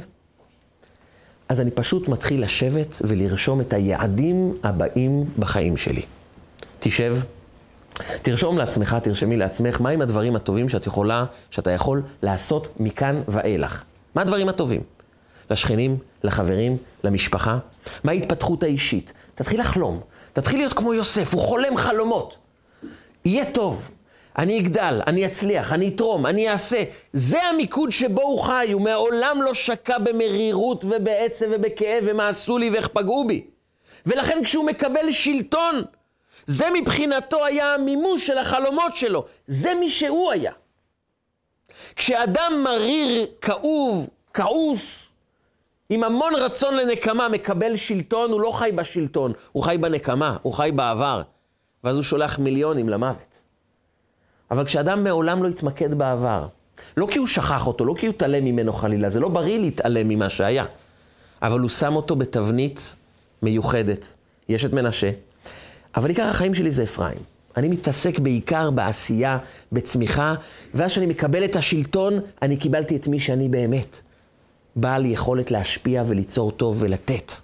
אז אני פשוט מתחיל לשבת ולרשום את היעדים הבאים בחיים שלי. תשב, תרשום לעצמך, תרשמי לעצמך, מהם הדברים הטובים שאתה יכול לעשות מכאן ואילך. מה הדברים הטובים? לשכנים, לחברים, למשפחה. מה ההתפתחות האישית? תתחיל לחלום. תתחיל להיות כמו יוסף, הוא חולם חלומות. יהיה טוב. אני אגדל, אני אצליח, אני אתרום, אני אעשה. זה המיקוד שבו הוא חי. הוא מעולם לא שקע במרירות ובעצב ובכאב ומה עשו לי ואיך פגעו בי. ולכן כשהוא מקבל שלטון, זה מבחינתו היה המימוש של החלומות שלו. זה מי שהוא היה. כשאדם מריר, כאוב, כעוס, עם המון רצון לנקמה, מקבל שלטון, הוא לא חי בשלטון, הוא חי בנקמה, הוא חי בעבר. ואז הוא שולח מיליונים למוות. אבל כשאדם מעולם לא התמקד בעבר, לא כי הוא שכח אותו, לא כי הוא תעלם ממנו חלילה, זה לא בריא להתעלם ממה שהיה. אבל הוא שם אותו בתבנית מיוחדת. יש את מנשה, אבל עיקר החיים שלי זה אפרים. אני מתעסק בעיקר בעשייה, בצמיחה, ואז שאני מקבל את השלטון, אני קיבלתי את מי שאני באמת. בעל יכולת להשפיע וליצור טוב ולתת.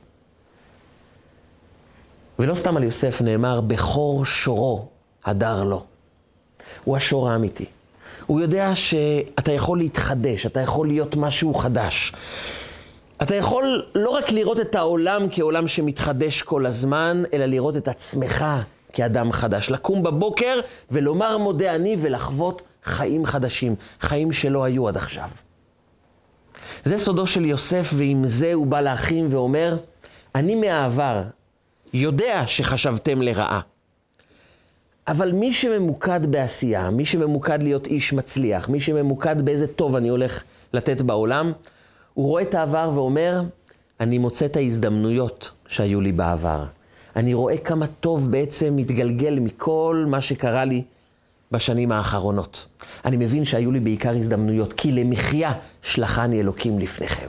ולא סתם על יוסף נאמר, בכור שורו הדר לו. הוא השור האמיתי. הוא יודע שאתה יכול להתחדש, אתה יכול להיות משהו חדש. אתה יכול לא רק לראות את העולם כעולם שמתחדש כל הזמן, אלא לראות את עצמך כאדם חדש. לקום בבוקר ולומר מודה אני ולחוות חיים חדשים, חיים שלא היו עד עכשיו. זה סודו של יוסף, ועם זה הוא בא לאחים ואומר, אני מהעבר יודע שחשבתם לרעה. אבל מי שממוקד בעשייה, מי שממוקד להיות איש מצליח, מי שממוקד באיזה טוב אני הולך לתת בעולם, הוא רואה את העבר ואומר, אני מוצא את ההזדמנויות שהיו לי בעבר. אני רואה כמה טוב בעצם מתגלגל מכל מה שקרה לי בשנים האחרונות. אני מבין שהיו לי בעיקר הזדמנויות, כי למחיה שלחני אלוקים לפניכם.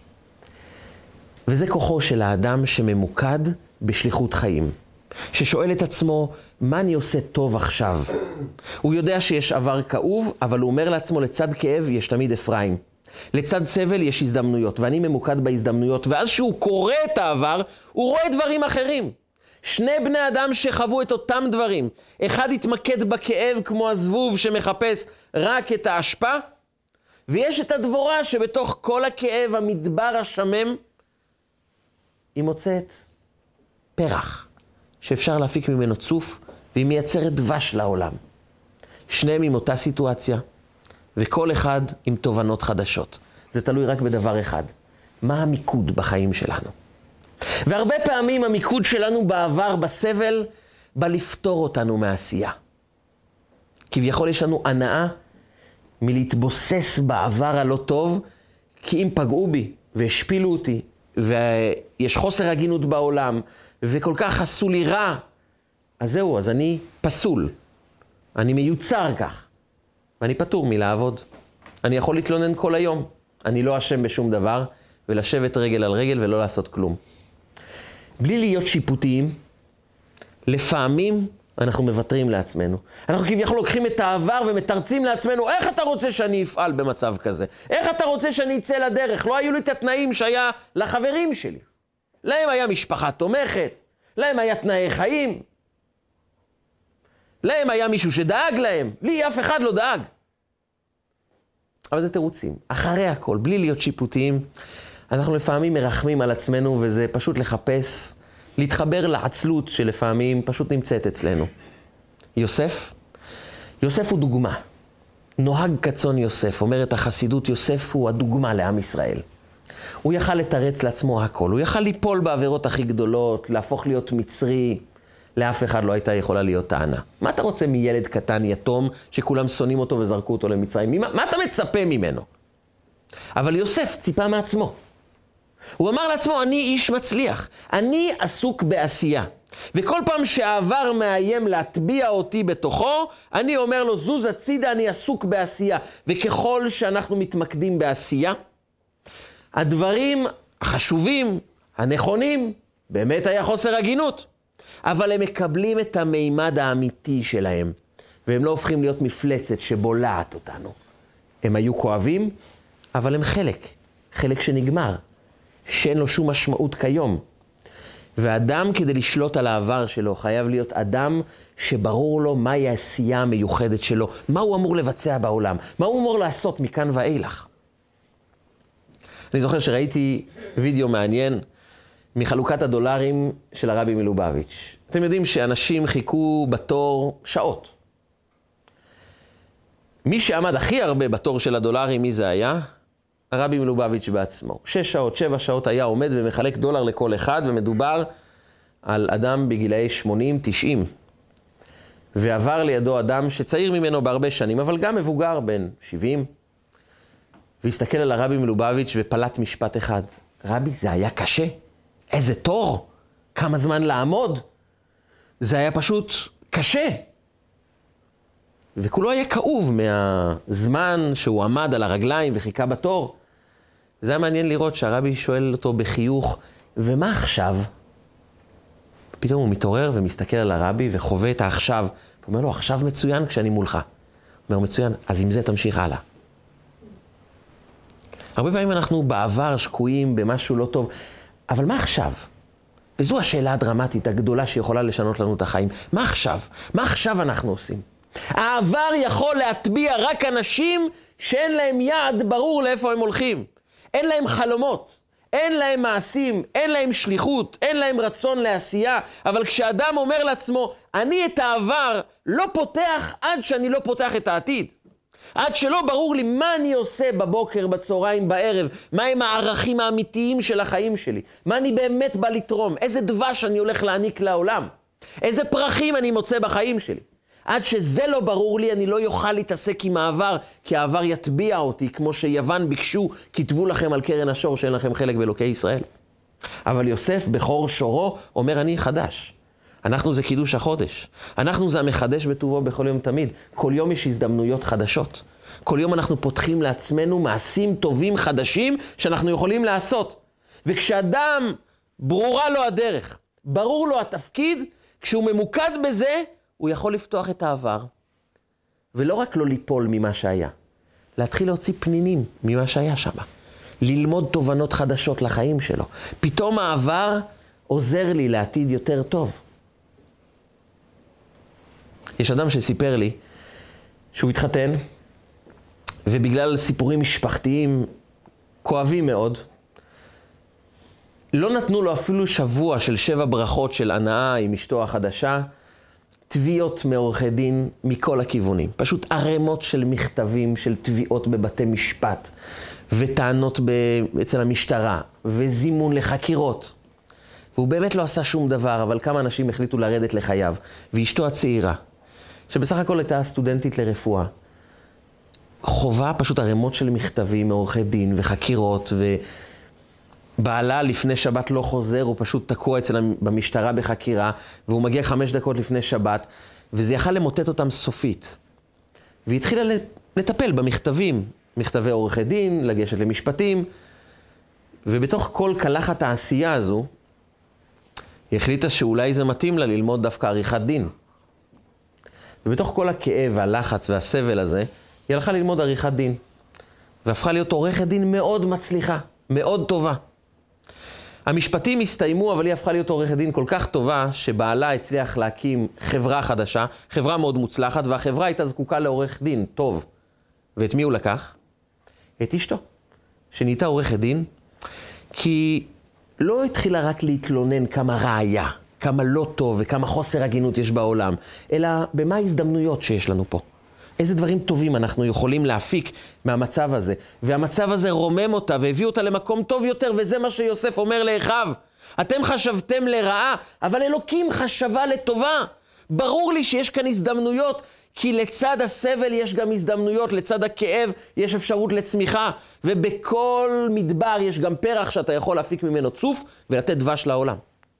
וזה כוחו של האדם שממוקד בשליחות חיים. ששואל את עצמו, מה אני עושה טוב עכשיו? הוא יודע שיש עבר כאוב, אבל הוא אומר לעצמו, לצד כאב יש תמיד אפרים. לצד סבל יש הזדמנויות, ואני ממוקד בהזדמנויות. ואז שהוא קורא את העבר, הוא רואה דברים אחרים. שני בני אדם שחוו את אותם דברים. אחד התמקד בכאב כמו הזבוב שמחפש רק את האשפה, ויש את הדבורה שבתוך כל הכאב המדבר השמם, היא מוצאת פרח שאפשר להפיק ממנו צוף, והיא מייצרת דבש לעולם. שניהם עם אותה סיטואציה, וכל אחד עם תובנות חדשות. זה תלוי רק בדבר אחד. מה המיקוד בחיים שלנו? והרבה פעמים המיקוד שלנו בעבר, בסבל, בא לפתור אותנו מהעשייה. כביכול יש לנו הנאה מלהתבוסס בעבר הלא טוב, כי אם פגעו בי והשפילו אותי, ויש חוסר הגינות בעולם, וכל כך עשו לי רע, אז זהו, אז אני פסול. אני מיוצר כך. ואני פטור מלעבוד. אני יכול להתלונן כל היום. אני לא אשם בשום דבר, ולשבת רגל על רגל ולא לעשות כלום. בלי להיות שיפוטיים, לפעמים אנחנו מוותרים לעצמנו. אנחנו כביכול לוקחים את העבר ומתרצים לעצמנו, איך אתה רוצה שאני אפעל במצב כזה? איך אתה רוצה שאני אצא לדרך? לא היו לי את התנאים שהיה לחברים שלי. להם היה משפחה תומכת, להם היה תנאי חיים, להם היה מישהו שדאג להם, לי אף אחד לא דאג. אבל זה תירוצים. אחרי הכל, בלי להיות שיפוטיים, אנחנו לפעמים מרחמים על עצמנו, וזה פשוט לחפש, להתחבר לעצלות שלפעמים פשוט נמצאת אצלנו. יוסף הוא דוגמה. נוהג כצאן יוסף, אומרת החסידות, יוסף הוא הדוגמה לעם ישראל. הוא יכל לתרץ לעצמו הכל, הוא יכל ליפול בעבירות הכי גדולות, להפוך להיות מצרי, לאף אחד לא הייתה יכולה להיות טענה. מה אתה רוצה מילד קטן יתום שכולם שונאים אותו וזרקו אותו למצרים? מה אתה מצפה ממנו? אבל יוסף ציפה מעצמו. הוא אמר לעצמו, אני איש מצליח, אני עסוק בעשייה. וכל פעם שהעבר מאיים להטביע אותי בתוכו, אני אומר לו, זוז הצידה, אני עסוק בעשייה. וככל שאנחנו מתמקדים בעשייה, הדברים החשובים, הנכונים, באמת היה חוסר הגינות. אבל הם מקבלים את המימד האמיתי שלהם, והם לא הופכים להיות מפלצת שבולעת אותנו. הם היו כואבים, אבל הם חלק שנגמר, שאין לו שום משמעות כיום. ואדם כדי לשלוט על העבר שלו, חייב להיות אדם שברור לו מהי העשייה המיוחדת שלו, מה הוא אמור לבצע בעולם, מה הוא אמור לעשות מכאן ואילך. אני זוכר שראיתי וידאו מעניין, מחלוקת הדולרים של הרבי מלובביץ'. אתם יודעים שאנשים חיכו בתור שעות. מי שעמד הכי הרבה בתור של הדולרים, מי זה היה? הרבי מלובביץ' בעצמו. 6 שעות, 7 שעות היה עומד ומחלק דולר לכל אחד, ומדובר על אדם בגילאי 80-90. ועבר לידו אדם שצעיר ממנו בהרבה שנים, אבל גם מבוגר בן 70. והסתכל על הרבי מלובביץ' ופלט משפט אחד. רבי, זה היה קשה. איזה תור, כמה זמן לעמוד. זה היה פשוט קשה. וכולו היה כאוב מהזמן שהוא עמד על הרגליים וחיכה בתור. זה היה מעניין לראות שהרבי שואל אותו בחיוך, ומה עכשיו? פתאום הוא מתעורר ומסתכל על הרבי וחווה את העכשיו. הוא אומר לו, עכשיו מצוין כשאני מולך. הוא אומר, מצוין, אז עם זה תמשיך הלאה. הרבה פעמים אנחנו בעבר שקועים במשהו לא טוב, אבל מה עכשיו? וזו השאלה הדרמטית הגדולה שיכולה לשנות לנו את החיים. מה עכשיו? מה עכשיו אנחנו עושים? העבר יכול להטביע רק אנשים שאין להם יעד ברור לאיפה הם הולכים. אין להם חלומות, אין להם מעשים, אין להם שליחות, אין להם רצון לעשייה. אבל כשאדם אומר לעצמו, אני את העבר לא פותח עד שאני לא פותח את העתיד. עד שלא ברור לי מה אני עושה בבוקר, בצהריים, בערב, מהם הערכים האמיתיים של החיים שלי, מה אני באמת בא לתרום, איזה דבש אני הולך להעניק לעולם, איזה פרחים אני מוצא בחיים שלי. עד שזה לא ברור לי, אני לא יוכל להתעסק עם העבר, כי העבר יטביע אותי, כמו שיוון ביקשו, כתבו לכם על קרן השור שאין לכם חלק באלוקי ישראל. אבל יוסף בחור שורו אומר, אני חדש. אנחנו זה קידוש החודש. אנחנו זה המחדש בטובו בכל יום תמיד. כל יום יש הזדמנויות חדשות. כל יום אנחנו פותחים לעצמנו מעשים טובים חדשים שאנחנו יכולים לעשות. וכשאדם ברורה לו הדרך, ברור לו התפקיד, כשהוא ממוקד בזה, הוא יכול לפתוח את העבר. ולא רק לא ליפול ממה שהיה, להתחיל להוציא פנינים ממה שהיה שם. ללמוד תובנות חדשות לחיים שלו. פתאום העבר עוזר לי לעתיד יותר טוב. יש אדם שסיפר לי שהוא התחתן, ובגלל סיפורים משפחתיים כואבים מאוד, לא נתנו לו אפילו שבוע של 7 ברכות של הנאה עם אשתו החדשה, תביעות מעורכי דין מכל הכיוונים. פשוט ערימות של מכתבים, של תביעות בבתי משפט, וטענות אצל המשטרה, וזימון לחקירות. והוא באמת לא עשה שום דבר, אבל כמה אנשים החליטו לרדת לחייו. ואשתו הצעירה, שבסך הכל הייתה סטודנטית לרפואה, חובה פשוט ערימות של מכתבים מעורכי דין וחקירות, ובעלה לפני שבת לא חוזר, הוא פשוט תקוע במשטרה בחקירה, והוא מגיע 5 דקות לפני שבת, וזה יכל למוטט אותם סופית. והיא התחילה לטפל במכתבים, מכתבי עורכי דין, לגשת למשפטים, ובתוך כל קלחת העשייה הזו, היא החליטה שאולי זה מתאים לה ללמוד דווקא עריכת דין. ובתוך כל הכאב והלחץ והסבל הזה, היא הלכה ללמוד עריכת דין. והפכה להיות עורכת דין מאוד מצליחה, מאוד טובה. המשפטים הסתיימו, אבל היא הפכה להיות עורכת דין כל כך טובה, שבעלה הצליח להקים חברה חדשה, חברה מאוד מוצלחת, והחברה הייתה זקוקה לעורך דין טוב. ואת מי הוא לקח? את אשתו, שנהייתה עורכת דין, כי לא התחילה רק להתלונן כמה רע היה, כמה לא טוב וכמה חוסר הגינות יש בעולם, אלא במה ההזדמנויות שיש לנו פה. איזה דברים טובים אנחנו יכולים להפיק מהמצב הזה. והמצב הזה רומם אותה והביא אותה למקום טוב יותר, וזה מה שיוסף אומר לאחיו. אתם חשבתם לרעה, אבל אלוקים חשבה לטובה. ברור לי שיש כאן הזדמנויות, כי לצד הסבל יש גם הזדמנויות, לצד הכאב יש אפשרות לצמיחה, ובכל מדבר יש גם פרח שאתה יכול להפיק ממנו צוף ולתת דבש לעולם.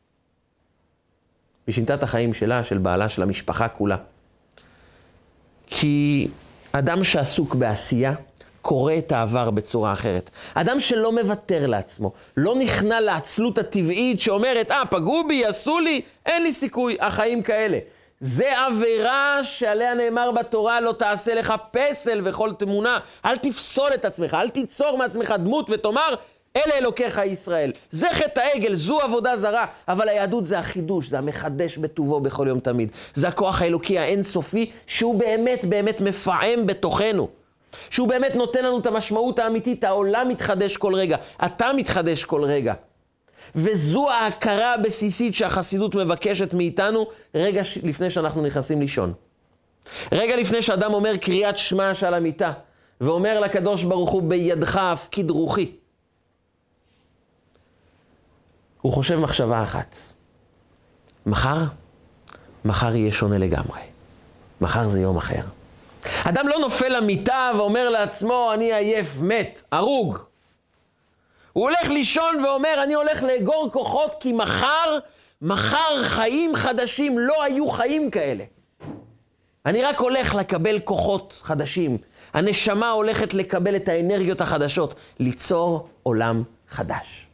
היא שינתה את החיים שלה, של בעלה, של המשפחה כולה. כי אדם שעסוק בעשייה, קורא את העבר בצורה אחרת. אדם שלא מוותר לעצמו, לא נכנע לעצלות הטבעית שאומרת, פגעו בי, עשו לי, אין לי סיכוי, החיים כאלה. זה עבירה שעליה נאמר בתורה, לא תעשה לך פסל וכל תמונה. אל תפסול את עצמך, אל תיצור מעצמך דמות ותאמר, אלה אלוקיך ישראל. זה חטא העגל, זו עבודה זרה. אבל היהדות זה החידוש, זה המחדש בטובו בכל יום תמיד. זה הכוח האלוקי האינסופי, שהוא באמת באמת מפעם בתוכנו. שהוא באמת נותן לנו את המשמעות האמיתית, העולם מתחדש כל רגע, אתה מתחדש כל רגע. וזו ההכרה הבסיסית שהחסידות מבקשת מאיתנו רגע לפני שאנחנו נכנסים לישון. רגע לפני שאדם אומר קריאת שמע שעל המיטה, ואומר לקדוש ברוך הוא בידך הפקיד רוחי. הוא חושב מחשבה אחת. מחר יהיה שונה לגמרי. מחר זה יום אחר. אדם לא נופל למיטה ואומר לעצמו, אני עייף, מת, הרוג. הוא הולך לישון ואומר, אני הולך לאגור כוחות, כי מחר חיים חדשים, לא היו חיים כאלה. אני רק הולך לקבל כוחות חדשים. הנשמה הולכת לקבל את האנרגיות החדשות, ליצור עולם חדש.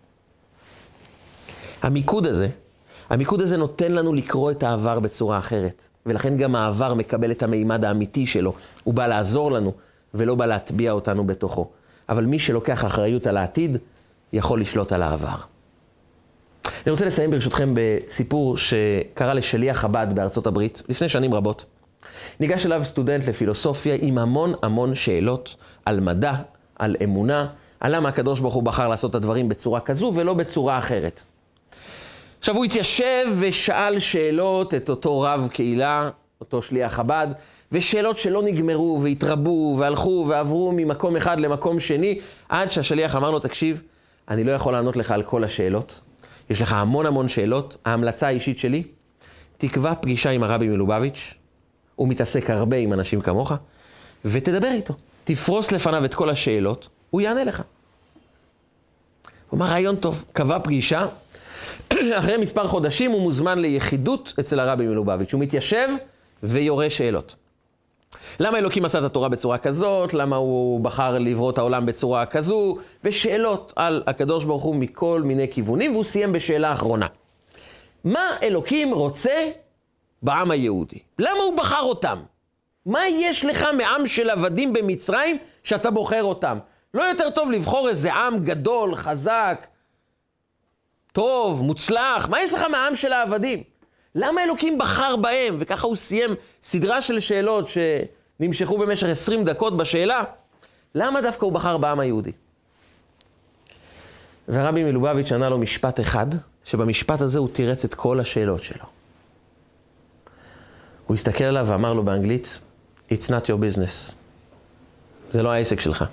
המיקוד הזה נותן לנו לקרוא את העבר בצורה אחרת. ולכן גם העבר מקבל את המימד האמיתי שלו. הוא בא לעזור לנו, ולא בא להטביע אותנו בתוכו. אבל מי שלוקח אחריות על העתיד, יכול לשלוט על העבר. אני רוצה לסיים ברשותכם בסיפור שקרה לשליח חב"ד בארצות הברית, לפני שנים רבות. ניגש אליו סטודנט לפילוסופיה עם המון שאלות על מדע, על אמונה, על למה הקדוש ברוך הוא בחר לעשות את הדברים בצורה כזו ולא בצורה אחרת. עכשיו הוא התיישב ושאל שאלות את אותו רב קהילה, אותו שליח חב"ד, ושאלות שלא נגמרו והתרבו והלכו ועברו ממקום אחד למקום שני, עד שהשליח אמר לו, תקשיב, אני לא יכול לענות לך על כל השאלות. יש לך המון שאלות. ההמלצה האישית שלי, תקבע פגישה עם הרבי מלובביץ', הוא מתעסק הרבה עם אנשים כמוך, ותדבר איתו. תפרוס לפניו את כל השאלות, הוא יענה לך. הוא אמר, רעיון טוב, קבע פגישה, אחרי מספר חודשים הוא מוזמן ליחידות אצל הרבי מלובביץ'. הוא מתיישב ויורה שאלות. למה אלוקים עשה את התורה בצורה כזאת? למה הוא בחר לברוא את העולם בצורה כזו? ושאלות על הקדוש ברוך הוא מכל מיני כיוונים, והוא סיים בשאלה אחרונה. מה אלוקים רוצה בעם היהודי? למה הוא בחר אותם? מה יש לך מעם של עבדים במצרים שאתה בוחר אותם? לא יותר טוב לבחור איזה עם גדול, חזק, טוב, מוצלח? מה יש לך מעם של העבדים? למה אלוקים בחר בהם? וככה הוא סיים סדרה של שאלות שנמשכו במשך 20 דקות בשאלה. למה דווקא הוא בחר בעם היהודי? והרבי מלובביץ' ענה לו משפט אחד, שבמשפט הזה הוא תירץ את כל השאלות שלו. הוא הסתכל עליו ואמר לו באנגלית, It's not your business. זה לא העסק שלך.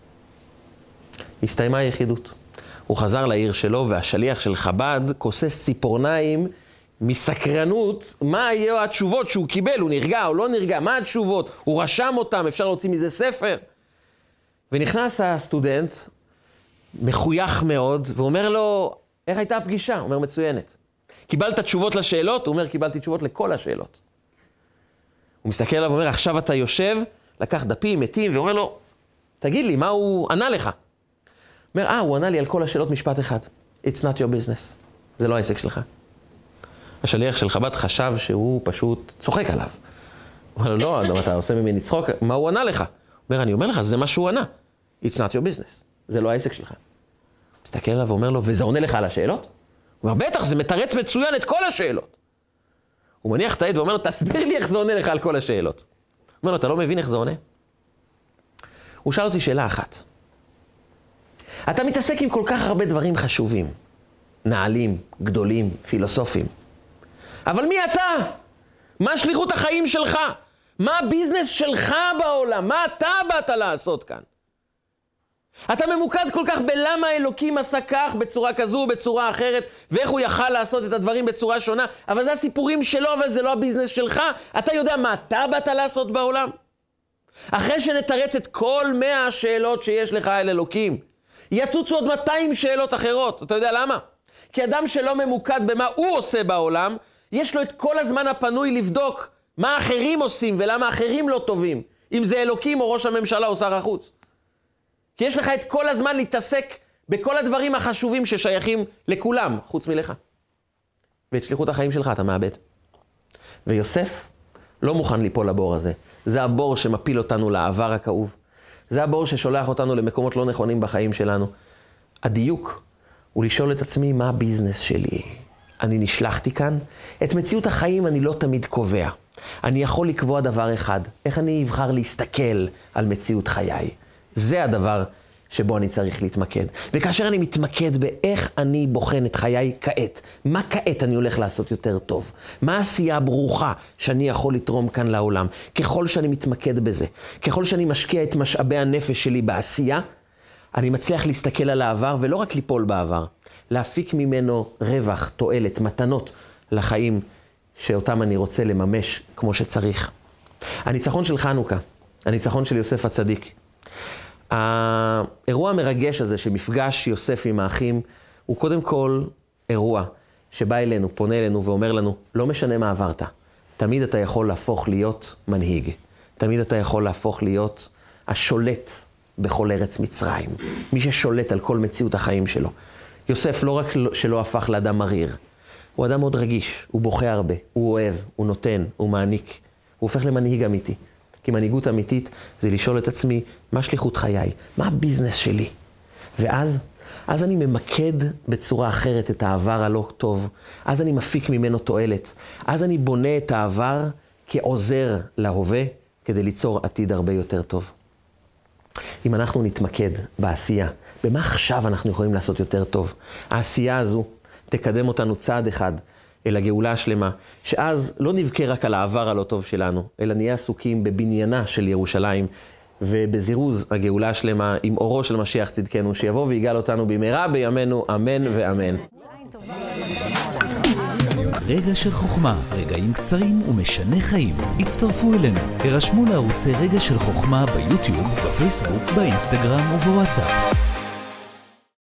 הסתיימה היחידות. הוא חזר לעיר שלו, והשליח של חב"ד כוסס ציפורניים מסקרנות, מה היו התשובות שהוא קיבל, הוא נרגע או לא נרגע, מה התשובות, הוא רשם אותם, אפשר להוציא מזה ספר. ונכנס הסטודנט, מחוייך מאוד, ואומר לו, איך הייתה הפגישה? הוא אומר, מצוינת. קיבלת תשובות לשאלות? הוא אומר, קיבלתי תשובות לכל השאלות. הוא מסתכל עליו ואומר, עכשיו אתה יושב, לקח דפים, מתים, ואומר לו, תגיד לי, מה הוא ענה לך? הוא אומר, הוא ענה לי על כל השאלות משפט אחד. It's not your business. זה לא העסק שלך. השליח של חב"ד חשב שהוא פשוט צוחק עליו. הוא אומר לו, לא, אתה עושה ממני צחוק, מה הוא ענה לך? הוא אומר, אני אומר לך, זה מה שהוא ענה. It's not your business. זה לא העסק שלך. מסתכל עליו ואומר לו, וזה עונה לך על השאלות? הוא אומר, בטח, זה מתרץ מצוין את כל השאלות. הוא מניח את העד ואומר לו, תסביר לי איך זה עונה לך על כל השאלות. הוא אומר לו, אתה לא מבין איך זה עונה? הוא שאל אותי שאלה אחת. אתה מתעסק עם כל כך הרבה דברים חשובים, נעלים, גדולים, פילוסופים. אבל מי אתה? מה שליחות החיים שלך? מה הביזנס שלך בעולם? מה אתה באת לעשות כאן? אתה ממוקד כל כך בלמה אלוקים עשה כך בצורה כזו, בצורה אחרת, ואיך הוא יכל לעשות את הדברים בצורה שונה, אבל זה הסיפורים שלו, אבל זה לא הביזנס שלך. אתה יודע מה אתה באת לעשות בעולם? אחרי שנתרץ את כל 100 השאלות שיש לך על אלוקים, יצוצו עוד 200 שאלות אחרות. אתה יודע למה? כי אדם שלא ממוקד במה הוא עושה בעולם, יש לו את כל הזמן הפנוי לבדוק מה אחרים עושים ולמה אחרים לא טובים. אם זה אלוקים או ראש הממשלה או שר החוץ. כי יש לך את כל הזמן להתעסק בכל הדברים החשובים ששייכים לכולם, חוץ מלך. ואת שליחות החיים שלך אתה מאבד. ויוסף לא מוכן ליפול לבור הזה. זה הבור שמפיל אותנו לעבר הכאוב. זה הבור ששולח אותנו למקומות לא נכונים בחיים שלנו. הדיוק הוא לשאול את עצמי מה הביזנס שלי. אני נשלחתי כאן. את מציאות החיים אני לא תמיד קובע. אני יכול לקבוע דבר אחד. איך אני אבחר להסתכל על מציאות חיי. זה הדבר שבו אני צריך להתמקד. וכאשר אני מתמקד באיך אני בוחן את חיי כעת, מה כעת אני הולך לעשות יותר טוב? מה העשייה הברוכה שאני יכול לתרום כאן לעולם? ככל שאני מתמקד בזה, ככל שאני משקיע את משאבי הנפש שלי בעשייה, אני מצליח להסתכל על העבר ולא רק ליפול בעבר, להפיק ממנו רווח, תועלת, מתנות לחיים שאותם אני רוצה לממש כמו שצריך. הניצחון של חנוכה, הניצחון של יוסף הצדיק, האירוע המרגש הזה שמפגש יוסף עם האחים, הוא קודם כל אירוע שבא אלינו, פונה אלינו ואומר לנו, לא משנה מה עברת, תמיד אתה יכול להפוך להיות מנהיג. תמיד אתה יכול להפוך להיות השולט בכל ארץ מצרים. מי ששולט על כל מציאות החיים שלו. יוסף לא רק שלא הפך לאדם מריר, הוא אדם מאוד רגיש, הוא בוכה הרבה, הוא אוהב, הוא נותן, הוא מעניק. הוא הופך למנהיג אמיתי. כי מנהיגות אמיתית זה לשאול את עצמי, מה שליחות חיי? מה הביזנס שלי? ואז אני ממקד בצורה אחרת את העבר הלא טוב. אז אני מפיק ממנו תועלת. אז אני בונה את העבר כעוזר להווה, כדי ליצור עתיד הרבה יותר טוב. אם אנחנו נתמקד בעשייה, במה עכשיו אנחנו יכולים לעשות יותר טוב? העשייה הזו תקדם אותנו צעד אחד אל הגאולה השלמה, שאז לא נבכה רק על העבר הלא טוב שלנו, אלא נהיה עסוקים בבניינה של ירושלים, ובזירוז הגאולה השלמה עם אורו של משיח צדקנו, שיבוא ויגאל אותנו במהרה בימינו, אמן ואמן. רגע של חוכמה, רגעים קצרים ומשנה חיים. הצטרפו אלינו, הרשמו לערוצי רגע של חוכמה ביוטיוב, בפייסבוק, באינסטגרם ובוואטסאפ.